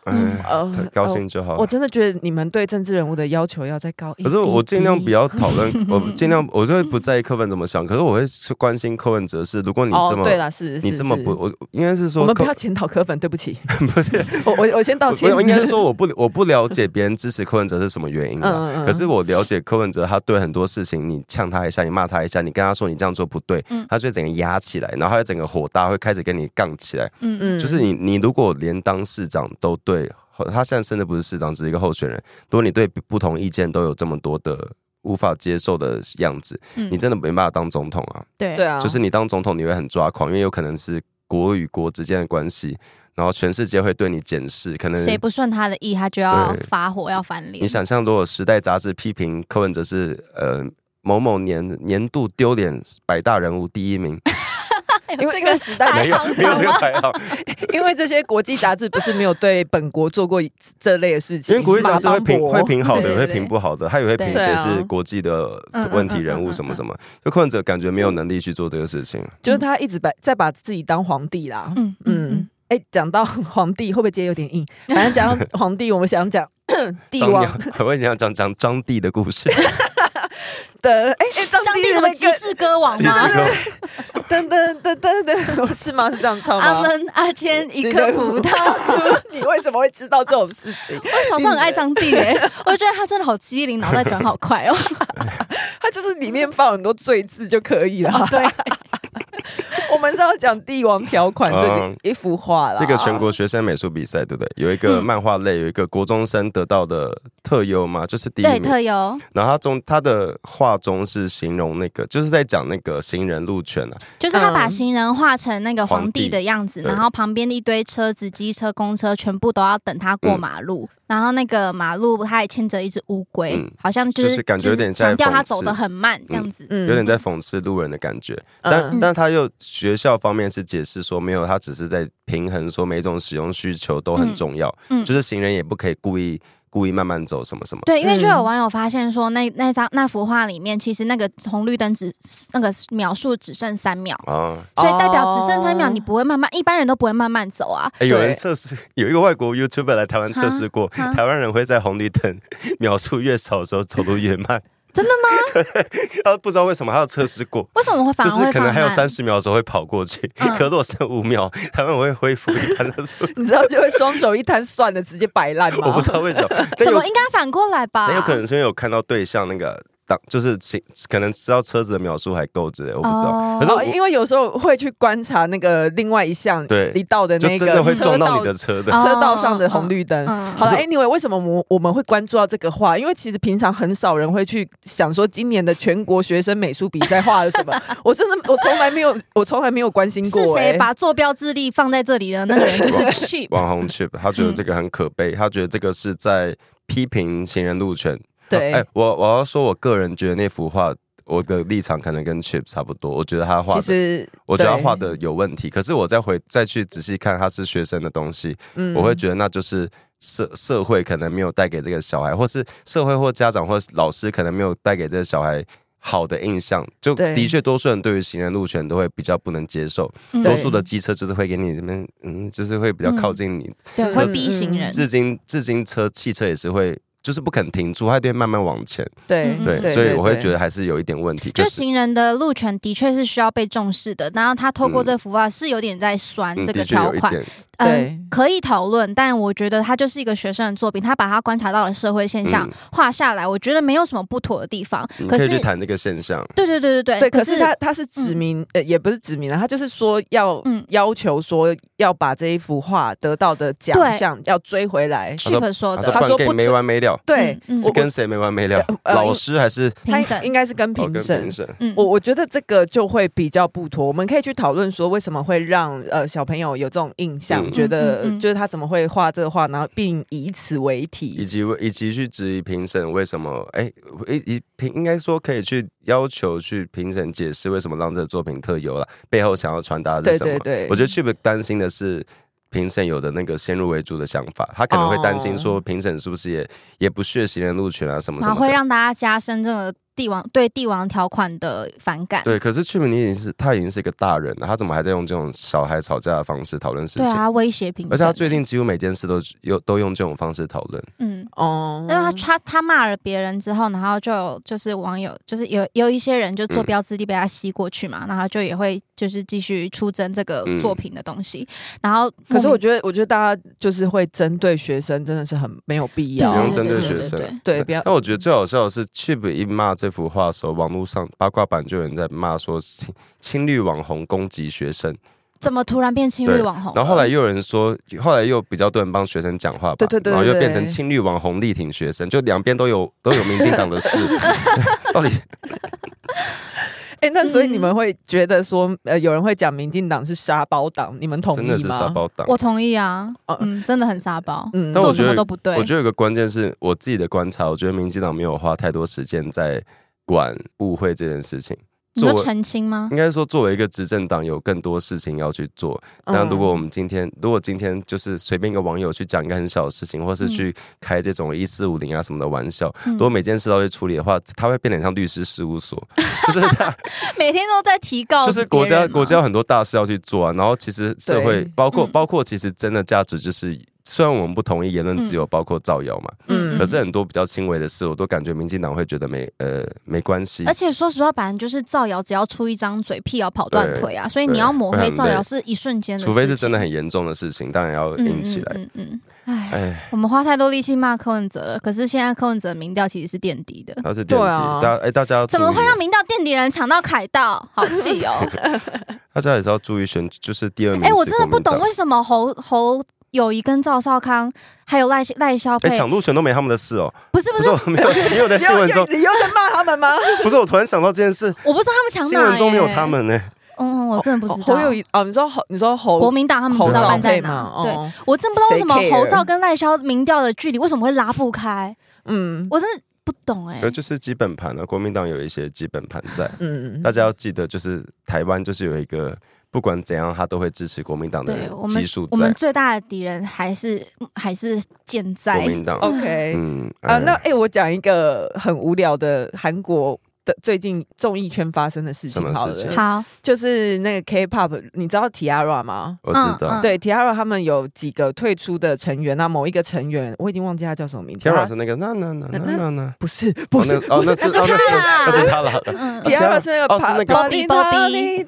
嗯呃，高兴就好、 呃。我真的觉得你们对政治人物的要求要再高一点。 可是我尽量不要讨论，我尽量我就会不在意柯粉怎么想，可是我会关心柯文哲是，如果你这么、 哦、对啦是你这么不，我应该是说我们不要检讨柯粉，对不起， 不是我我我先道歉。 我应该是说我不我不了解别人支持柯文哲是什么原因、嗯嗯、可是我了解柯文哲，他对很多事情，你呛他一下，你骂他一下，你跟他说你这样做不对，嗯、他就会整个压起来，然后他整个火大，会开始跟你杠起来。嗯嗯，就是你你如果连当市长都对，他现在甚至不是市长，只是一个候选人，如果你对不同意见都有这么多的无法接受的样子，嗯、你真的没办法当总统啊。 对对啊， 就是你当总统你会很抓狂，因为有可能是国与国之间的关系，然后全世界会对你检视，可能谁不顺他的意，他就要发火要翻脸。 你想象如果时代杂志批评柯文哲是呃某某年年度丢脸百大人物第一名。 因为这个时代没有没有这个排行， 因为这些国际杂志不是没有对本国做过这类的事情， 因为国际杂志会评会评好的，也会评不好的，他也会评谁是国际的问题人物什么什么。就柯文哲感觉没有能力去做这个事情， 就是他一直把在把自己当皇帝啦。嗯嗯，哎、欸，讲到皇帝会不会接有点硬？反正讲到皇帝，我们想讲帝王， 我也想讲讲张帝的故事。 的哎哎，张帝什么极致歌王吗？ 噔噔噔噔噔，是吗？是这样唱吗？ 阿门阿谦一棵葡萄树， 你为什么会知道这种事情？ 我小时候很爱张帝哎，我觉得他真的好机灵，脑袋转好快哦。 他就是里面放很多罪字就可以了。 对。 我们是要讲帝王条款这个一幅画啦、 嗯，这个全国学生美术比赛对不对？有一个漫画类，有一个国中生得到的特优嘛，就是第一名。 对，特优。 然后他中他的画中是形容那个，就是在讲那个行人路权啊， 就是他把行人画成那个皇帝的样子，嗯、然后旁边的一堆车子、机车、公车全部都要等他过马路。嗯，然后那个马路，他还牵着一只乌龟、嗯，好像就是、 就是、感觉有点在强调他走得很慢这样子， 嗯，有点在讽刺路人的感觉。嗯、但、嗯、但他又学校方面是解释说，没有，他只是在平衡说每种使用需求都很重要，嗯，就是行人也不可以故意。故意慢慢走什么什么？ 对，因为就有网友发现说那，那那张那幅画里面，其实那个红绿灯只那个秒数只剩三秒啊，所以代表只剩三秒，你不会慢慢，一般人都不会慢慢走啊。 欸、有人测试，有一个外国 YouTuber 来台湾测试过，台湾人会在红绿灯秒数越少的时候走路越慢。 真的吗？ 对，他不知道为什么，他有测试过。 为什么会反而会放慢？ 就是可能还有三十秒的时候会跑过去，嗯、可是我剩五秒，他们会恢复一般的速度。 你知道就会双手一摊，算了，直接摆烂吗？ 我不知道为什么。 怎么应该反过来吧？ 很有可能是因为有看到对象那个。就是可能知道车子的秒数还够之类，我不知道。 哦、可是、哦、因为有时候会去观察那个另外一项离道的那个就真的会撞到你的车的车道上的红绿灯。哦嗯、好了 ，anyway， 为什么我我们会关注到这个画？因为其实平常很少人会去想说今年的全国学生美术比赛画了什么。我真的我从来没有我从来没有关心过、欸。 是谁把坐标智力放在这里的那个人就是 Chip 网红 Chip， 他觉得这个很可悲，嗯、他觉得这个是在批评行人路权。 对， 哎、欸，我我要说，我个人觉得那幅画，我的立场可能跟 Chip 差不多。我觉得他画的，其实我觉得他画的有问题。可是我再回再去仔细看他是学生的东西，嗯、我会觉得那就是社社会可能没有带给这个小孩，或是社会或家长或老师可能没有带给这个小孩好的印象。就的确，多数人对于行人路权都会比较不能接受。多数的机车就是会给你这边，嗯，就是会比较靠近你， 嗯、对，会逼行人。 至今至今车汽车也是会。就是不肯停住，他就会慢慢往前。 对对, 对，所以我会觉得还是有一点问题。 就行人的路权的确是需要被重视的，然后他透过这幅画是有点在酸这个条款。嗯对、 呃，可以讨论，但我觉得他就是一个学生的作品，他把他观察到的社会现象画下来，嗯、我觉得没有什么不妥的地方。 可是你可以去谈这个现象。 对对对对对。对，可是他他是指明、嗯呃，也不是指明了，他就是说要、嗯、要求说要把这一幅画得到的奖项要追回来。 Chip 说的， 他说不没完没了。 对， 嗯、是跟谁没完没了？呃、老师还是评审？ 应该是跟评审。 哦、 嗯，我我觉得这个就会比较不妥。我们可以去讨论说，为什么会让呃小朋友有这种印象，嗯、觉得。嗯嗯就是他怎么会画这个画，然后并以此为题， 以及以及去质疑评审为什么？哎，一评应该说可以去要求去评审解释为什么让这个作品特优了，背后想要传达的是什么？ 对对对， 我觉得 Chip 担心的是评审有的那个先入为主的想法，他可能会担心说评审是不是也、哦、也不屑行人路权啊什么什么的， 然后会让大家加深这个。 帝王对帝王条款的反感。 对，可是去明你已经是他已经是一个大人了，他怎么还在用这种小孩吵架的方式讨论事情？ 对啊，威胁平， 而且他最近几乎每件事都有都用这种方式讨论。 嗯哦，那他他他骂了别人之后，然后就有就是网友就是有有一些人就坐标之地被他吸过去嘛，嗯、然后就也会就是继续出征这个作品的东西。嗯、然后， 可是我觉得我觉得大家就是会针对学生，真的是很没有必要， 不用针对学生。 对, 对, 对, 对，不要。 但我觉得最好笑的是 ，Chip 一骂这幅画的时候，网络上八卦版就有人在骂说青青绿网红攻击学生。 怎么突然变青绿网红？ 然后后来又有人说，后来又比较多人帮学生讲话吧， 对对 对, 对， 然后又变成青绿网红力挺学生，就两边都有都有民进党的事，到底？ 哎、欸，那所以你们会觉得说，呃，有人会讲民进党是沙包党，你们同意吗？ 真的是沙包党， 我同意啊，嗯，真的很沙包，嗯，做什么都不对。 我觉得有个关键是我自己的观察，我觉得民进党没有花太多时间在管误会这件事情。 你说澄清吗？ 应该说，作为一个执政党，有更多事情要去做。但如果我们今天，如果今天就是随便一个网友去讲一个很小的事情，或是去开这种一四五零啊什么的玩笑，嗯、如果每件事都去处理的话，他会变得像律师事务所，就是他每天都在提告， 就是国家国家有很多大事要去做啊。然后其实社会包括、嗯、包括其实真的价值就是。虽然我们不同意言论自由，包括造谣嘛，嗯，可是很多比较轻微的事，我都感觉民进党会觉得没呃没关系。 而且说实话，本来就是造谣，只要出一张嘴，辟谣跑断腿啊，所以你要抹黑造谣是一瞬间的事情， 除非是真的很严重的事情，当然要硬起来。嗯嗯嗯，哎，我们花太多力气骂柯文哲了，可是现在柯文哲的民调其实是垫底的， 他是垫底，啊、大家哎大家要怎么会让民调垫底的人抢到凯道？好气哦！ 大家也是要注意选，就是第二名。 哎，我真的不懂为什么侯侯。友谊跟赵少康还有赖赖萧配， 哎，抢路权都没他们的事哦。 不是不是， 不是没有没有在新闻中， 你又在骂他们吗？ 不是，我突然想到这件事， 我不知道他们抢哪、欸， 新闻中没有他们呢、欸。 嗯，我真的不知道。 侯友谊哦，你说侯，你说侯国民党他们不知道办在哪？ 哦、 对，我真不知道为什么侯赵跟赖萧民调的距离为什么会拉不开。嗯，我真的不懂哎、 欸。就是基本盘啊，国民党有一些基本盘在。嗯，大家要记得，就是台湾就是有一个。不管怎样，他都会支持国民党的基数在。 我们最大的敌人还是还是健在国民党。 OK， 嗯啊，那哎、欸，我讲一个很无聊的韩国的最近综艺圈发生的事情好了。 什么事情？ 好， 就是那个 K-pop， 你知道 T-ara 吗？ 我知道。 嗯、对 T-ara 他们有几个退出的成员，那某一个成员我已经忘记他叫什么名字。 T-ara 是那个那那那那那那不是不是哦，那是那是他啦， 那是他了。 T-ara 是那个哦，是那个 Bobby Bobby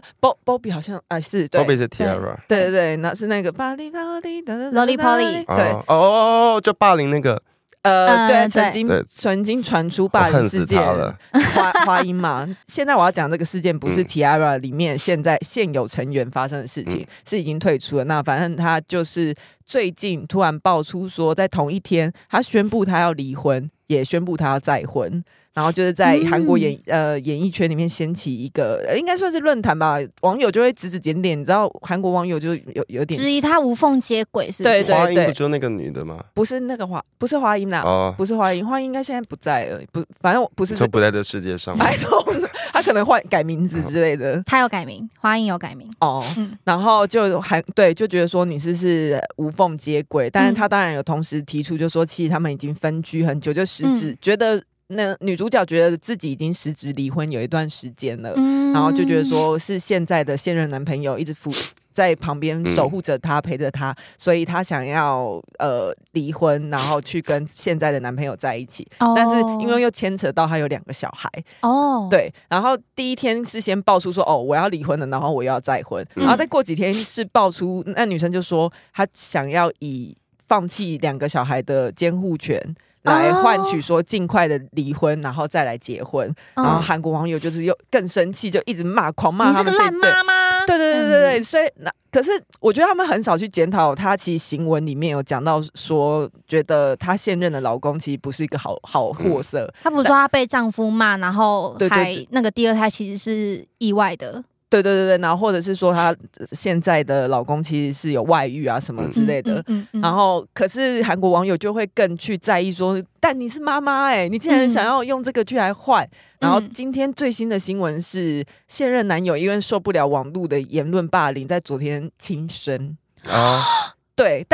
Bobby 好像啊是对 Bobby 是 T-ara， 对对对，那是那个 Lolly Polly， 对哦哦哦，就霸凌那个。 呃，对，曾经曾经传出霸凌事件，花花音嘛。现在我要讲这个事件，不是 T-ara 里面现在现有成员发生的事情，嗯、是已经退出了。那反正他就是最近突然爆出说，在同一天，他宣布他要离婚，也宣布他要再婚。然后就是在韩国演、嗯、呃演艺圈里面掀起一个、呃、应该算是论坛吧，网友就会指指点点，你知道韩国网友就有有点质疑他无缝接轨，是不是？ 对对对， 花音不就那个女的吗？ 不是那个花，不是花音啦、哦，不是花音，花音应该现在不在了，不，反正不是就不在这世界上。 哎，他可能换改名字之类的， 他有改名，花音有改名哦、嗯，然后就还对，就觉得说你是是无缝接轨，但是他当然有同时提出，就说其实他们已经分居很久，就实质、嗯、觉得。那女主角觉得自己已经实质离婚有一段时间了、嗯，然后就觉得说是现在的现任男朋友一直扶在旁边守护着她、陪着她，所以她想要呃离婚，然后去跟现在的男朋友在一起。哦、但是因为又牵扯到她有两个小孩哦，对，然后第一天是先爆出说哦我要离婚了，然后我又要再婚，嗯、然后再过几天是爆出那女生就说她想要以放弃两个小孩的监护权。来换取说尽快的离婚，然后再来结婚，哦、然后韩国网友就是又更生气，就一直骂，狂骂他们这一对。 你是个烂妈吗？ 对对对对对，嗯、所以那可是我觉得他们很少去检讨他，其实行文里面有讲到说，觉得他现任的老公其实不是一个好好货色。嗯、 他不是说他被丈夫骂，然后还那个第二胎其实是意外的。 对对对对，然后或者是说她现在的老公其实是有外遇啊什么之类的，嗯嗯嗯、然后可是韩国网友就会更去在意说，但你是妈妈哎，你竟然想要用这个去来换。嗯、然后今天最新的新闻是，现任男友因为受不了网络的言论霸凌，在昨天轻生啊。对，但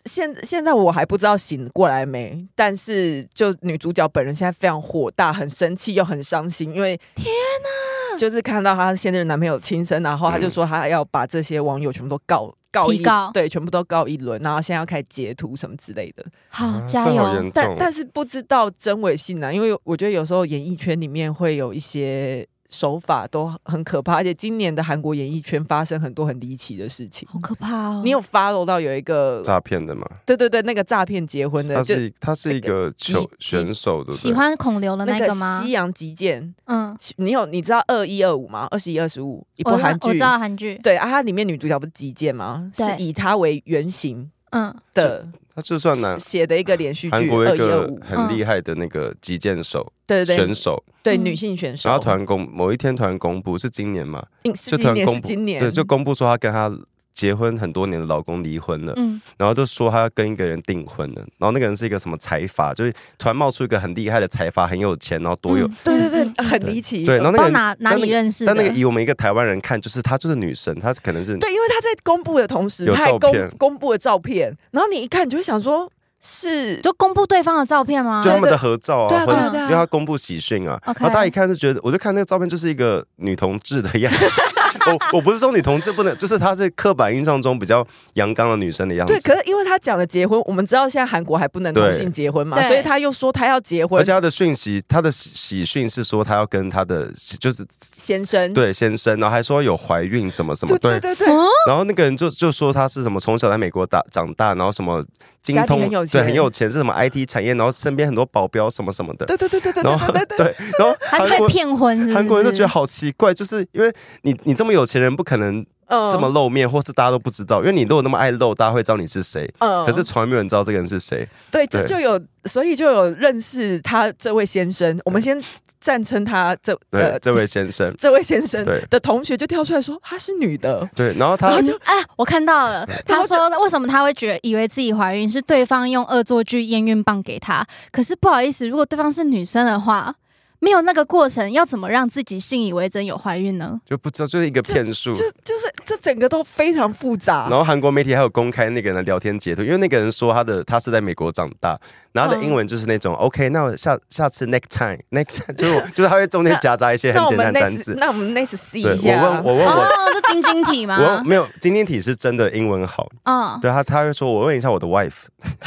现现在我还不知道醒过来没，但是就女主角本人现在非常火大，很生气又很伤心，因为天哪， 就是看到她现任男朋友轻生，然后她就说她要把这些网友全部都告。告一告对，全部都告一轮，然后现在要开始截图什么之类的。 好， 啊、 加油！ 但但是不知道真伪性啊，因为我觉得有时候演艺圈里面会有一些手法都很可怕，而且今年的韩国演艺圈发生很多很离奇的事情， 好可怕哦！ 你有 follow 到有一个诈骗的吗？ 对对对，那个诈骗结婚的， 他是他是一个球选手的， 喜欢孔刘的那个吗？ 那个西洋击剑， 嗯， 你有你知道二一二五吗？二十一二十五一部韩剧， 我知道韩剧， 对啊，它里面女主角不是击剑吗？是以她为原型，嗯的。 他就算难写的一个连续剧， 韩国一个很厉害的那个击剑手， 对对选手， 对女性选手。 然后突然公某一天突然公布是今年嘛， 就突然公布， 对，就公布说他跟他结婚很多年的老公离婚了，嗯，然后就说他要跟一个人订婚了，然后那个人是一个什么财阀，就是突然冒出一个很厉害的财阀，很有钱，然后多有， 嗯、对对对，很离奇。 对，然后那个哪哪里认识的？ 但那个以我们一个台湾人看，就是她就是女神，她可能是对，因为她在公布的同时，她还公公布了照片，然后你一看，你就会想说。是， 就公布对方的照片吗？ 就他们的合照啊， 对对对或者因为他公布喜讯啊，然后大家一看就觉得，我就看那个照片就是一个女同志的样子。我我不是说女同志不能，就是她是刻板印象中比较阳刚的女生的样子。 对，可是因为她讲的结婚，我们知道现在韩国还不能同性结婚嘛，所以她又说她要结婚， 而且她的讯息，她的喜讯是说她要跟她的就是先生， 对先生，然后还说有怀孕什么什么， 对对对对。 然后那个人就就说他是什么从小在美国大长大，然后什么精通， 很有钱， 对，很有钱，是什么 I T 产业，然后身边很多保镖什么什么的， 对对对对对， 然后对对，然后他是被骗婚， 韩国人都觉得好奇怪，就是因为你你这么有钱人不可能这么露面，或是大家都不知道，因为你如果那么爱露，大家会知道你是谁，嗯，可是从来没有人知道这个人是谁， 对，就就有，所以就有认识他这位先生，我们先暂称他这呃这位先生， 这位先生的同学就跳出来说她是女的， 对，然后他然后就哎，我看到了，他说为什么他会觉得以为自己怀孕是对方用恶作剧验孕棒给他，可是不好意思，如果对方是女生的话。没有那个过程，要怎么让自己信以为真有怀孕呢？ 就不知道，就是一个骗术， 就就是这整个都非常复杂。 然后韩国媒体还有公开那个人的聊天截图，因为那个人说他的他是在美国长大，然后他的英文就是那种、嗯、OK， 那我下下次 next time next time 就是就是他会中间夹杂一些很简单的单字。 那我们 next see 一下。 我问我问我， 哦，是晶晶体吗？ 我没有晶晶体是真的英文好。嗯，对他他会说，我问一下我的 wife。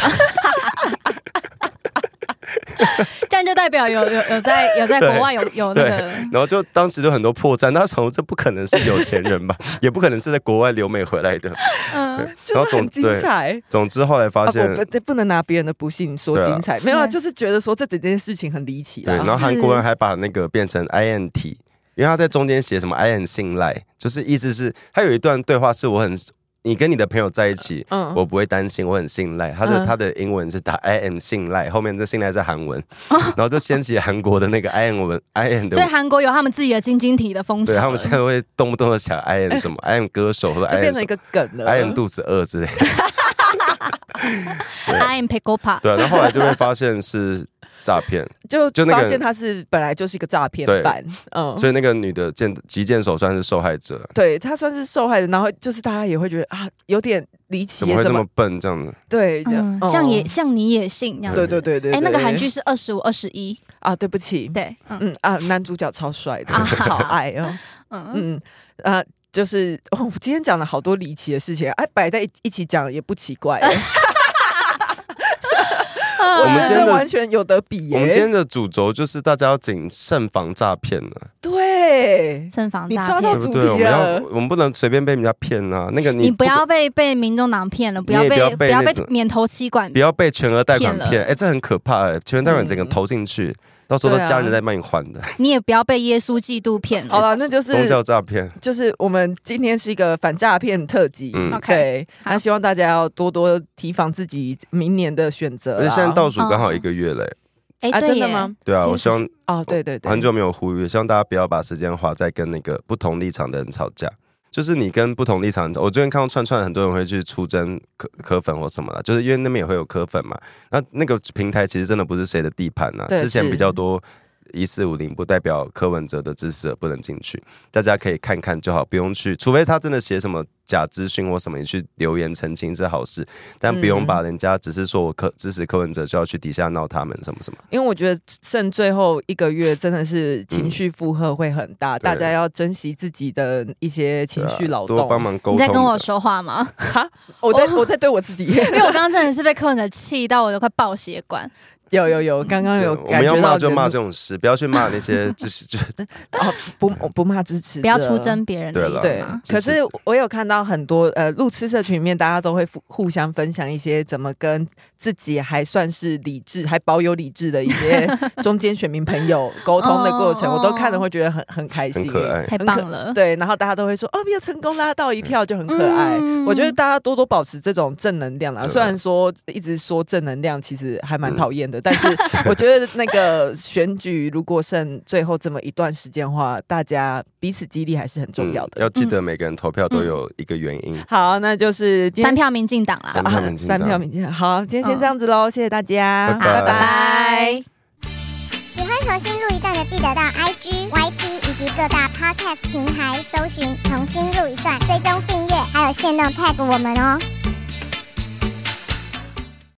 这样就代表有有有在有在国外有有那个， 然后就当时就很多破绽，他想这不可能是有钱人吧，也不可能是在国外留美回来的， 嗯，然后很精彩。 总之后来发现， 啊、不, 不能拿别人的不幸说精彩，啊、没有、啊，就是觉得说这整件事情很离奇啦。 对，然后韩国人还把那个变成 I N T， 因为他在中间写什么 I am 信赖，就是意思是他有一段对话是我很。你跟你的朋友在一起，嗯、我不会担心，我很信赖。他的、嗯、他的英文是打 I am 信赖，后面这信赖是韩文，哦、然后就掀起韩国的那个 I am 文 I am 的， 所以韩国有他们自己的晶晶体的风潮。 对，他们现在会动不动的讲 I am 什么、欸、I am 歌手或者 I am 变成一个梗了 ，I am 肚子饿之类的。 I am Pekopa。 对，然后后来就会发现是。诈骗就就发现他是本来就是一个诈骗犯， 嗯，所以那个女的剑击剑手算是受害者， 对她算是受害者，然后就是大家也会觉得啊有点离奇， 怎么会这么笨这样子？ 对， 嗯，这样也这样你也信这样？ 对对对对， 哎，那个韩剧是二十五二十一啊，对不起， 对， 嗯嗯啊，男主角超帅的，好爱哦，嗯嗯啊，就是我今天讲了好多离奇的事情，哎，摆在一起讲也不奇怪。我们今天完全有得比耶！ 我们今天的主轴就是大家要谨慎防诈骗了。 对， 慎防诈骗， 你抓到主题了。 对不对？我们要，我们不能随便被人家骗啊！那个你， 你不要被被民众党骗了，不要被不要被不要被免头期款， 不要被全额贷款骗。哎，这很可怕哎！全额贷款整个投进去。嗯到时候都家人在帮你还的， 你也不要被耶稣基督骗了。 好了，那就是宗教诈骗， 就是我们今天是一个反诈骗特辑，嗯，对，那希望大家要多多提防自己明年的选择。 而且现在倒数刚好一个月嘞， 哎、 啊，真的吗？ 对啊，我希望哦，对对对， 很久没有呼吁，希望大家不要把时间花在跟那个不同立场的人吵架。就是你跟不同立场，我最近看到串串很多人会去出征科科粉或什么的，就是因为那边也会有科粉嘛。那那个平台其实真的不是谁的地盘啊，之前比较多一四五零不代表柯文哲的支持者不能进去，大家可以看看就好，不用去，除非他真的写什么假资讯或什么，你去留言澄清是好事，但不用把人家只是说我柯支持柯文哲就要去底下闹他们什么什么。 因为我觉得剩最后一个月真的是情绪负荷会很大，嗯、大家要珍惜自己的一些情绪劳动， 多帮忙沟通。 你在跟我说话吗？ 哈，我在我在对我自己，因为我刚刚真的是被柯文哲气到，我都快爆血管。 有有有，刚刚有感觉到。 我们要骂就骂这种事，不要去骂那些支持，就是哦不不骂支持， 不要出征别人的意思。 对，可是我有看到很多呃路痴社群里面，大家都会互相分享一些怎么跟自己还算是理智、还保有理智的一些中间选民朋友沟通的过程，我都看了会觉得很很开心， 很可爱， 太棒了。 对，然后大家都会说哦，又成功拉到一票，就很可爱。嗯、我觉得大家多多保持这种正能量啦。虽然说一直说正能量，其实还蛮讨厌的。嗯但是我觉得那个选举如果剩最后这么一段时间的话，大家彼此激励还是很重要的。 嗯、要记得每个人投票都有一个原因。 嗯、好，那就是今天三票民进党啦， 三票民进党， 三票民进党。好，今天先这样子喽，嗯、谢谢大家， 拜拜。 拜拜。 喜欢重新录一段的，记得到 I G、Y T 以及各大 Podcast 平台搜寻重新录一段，追踪订阅，还有限动 tag 我们哦。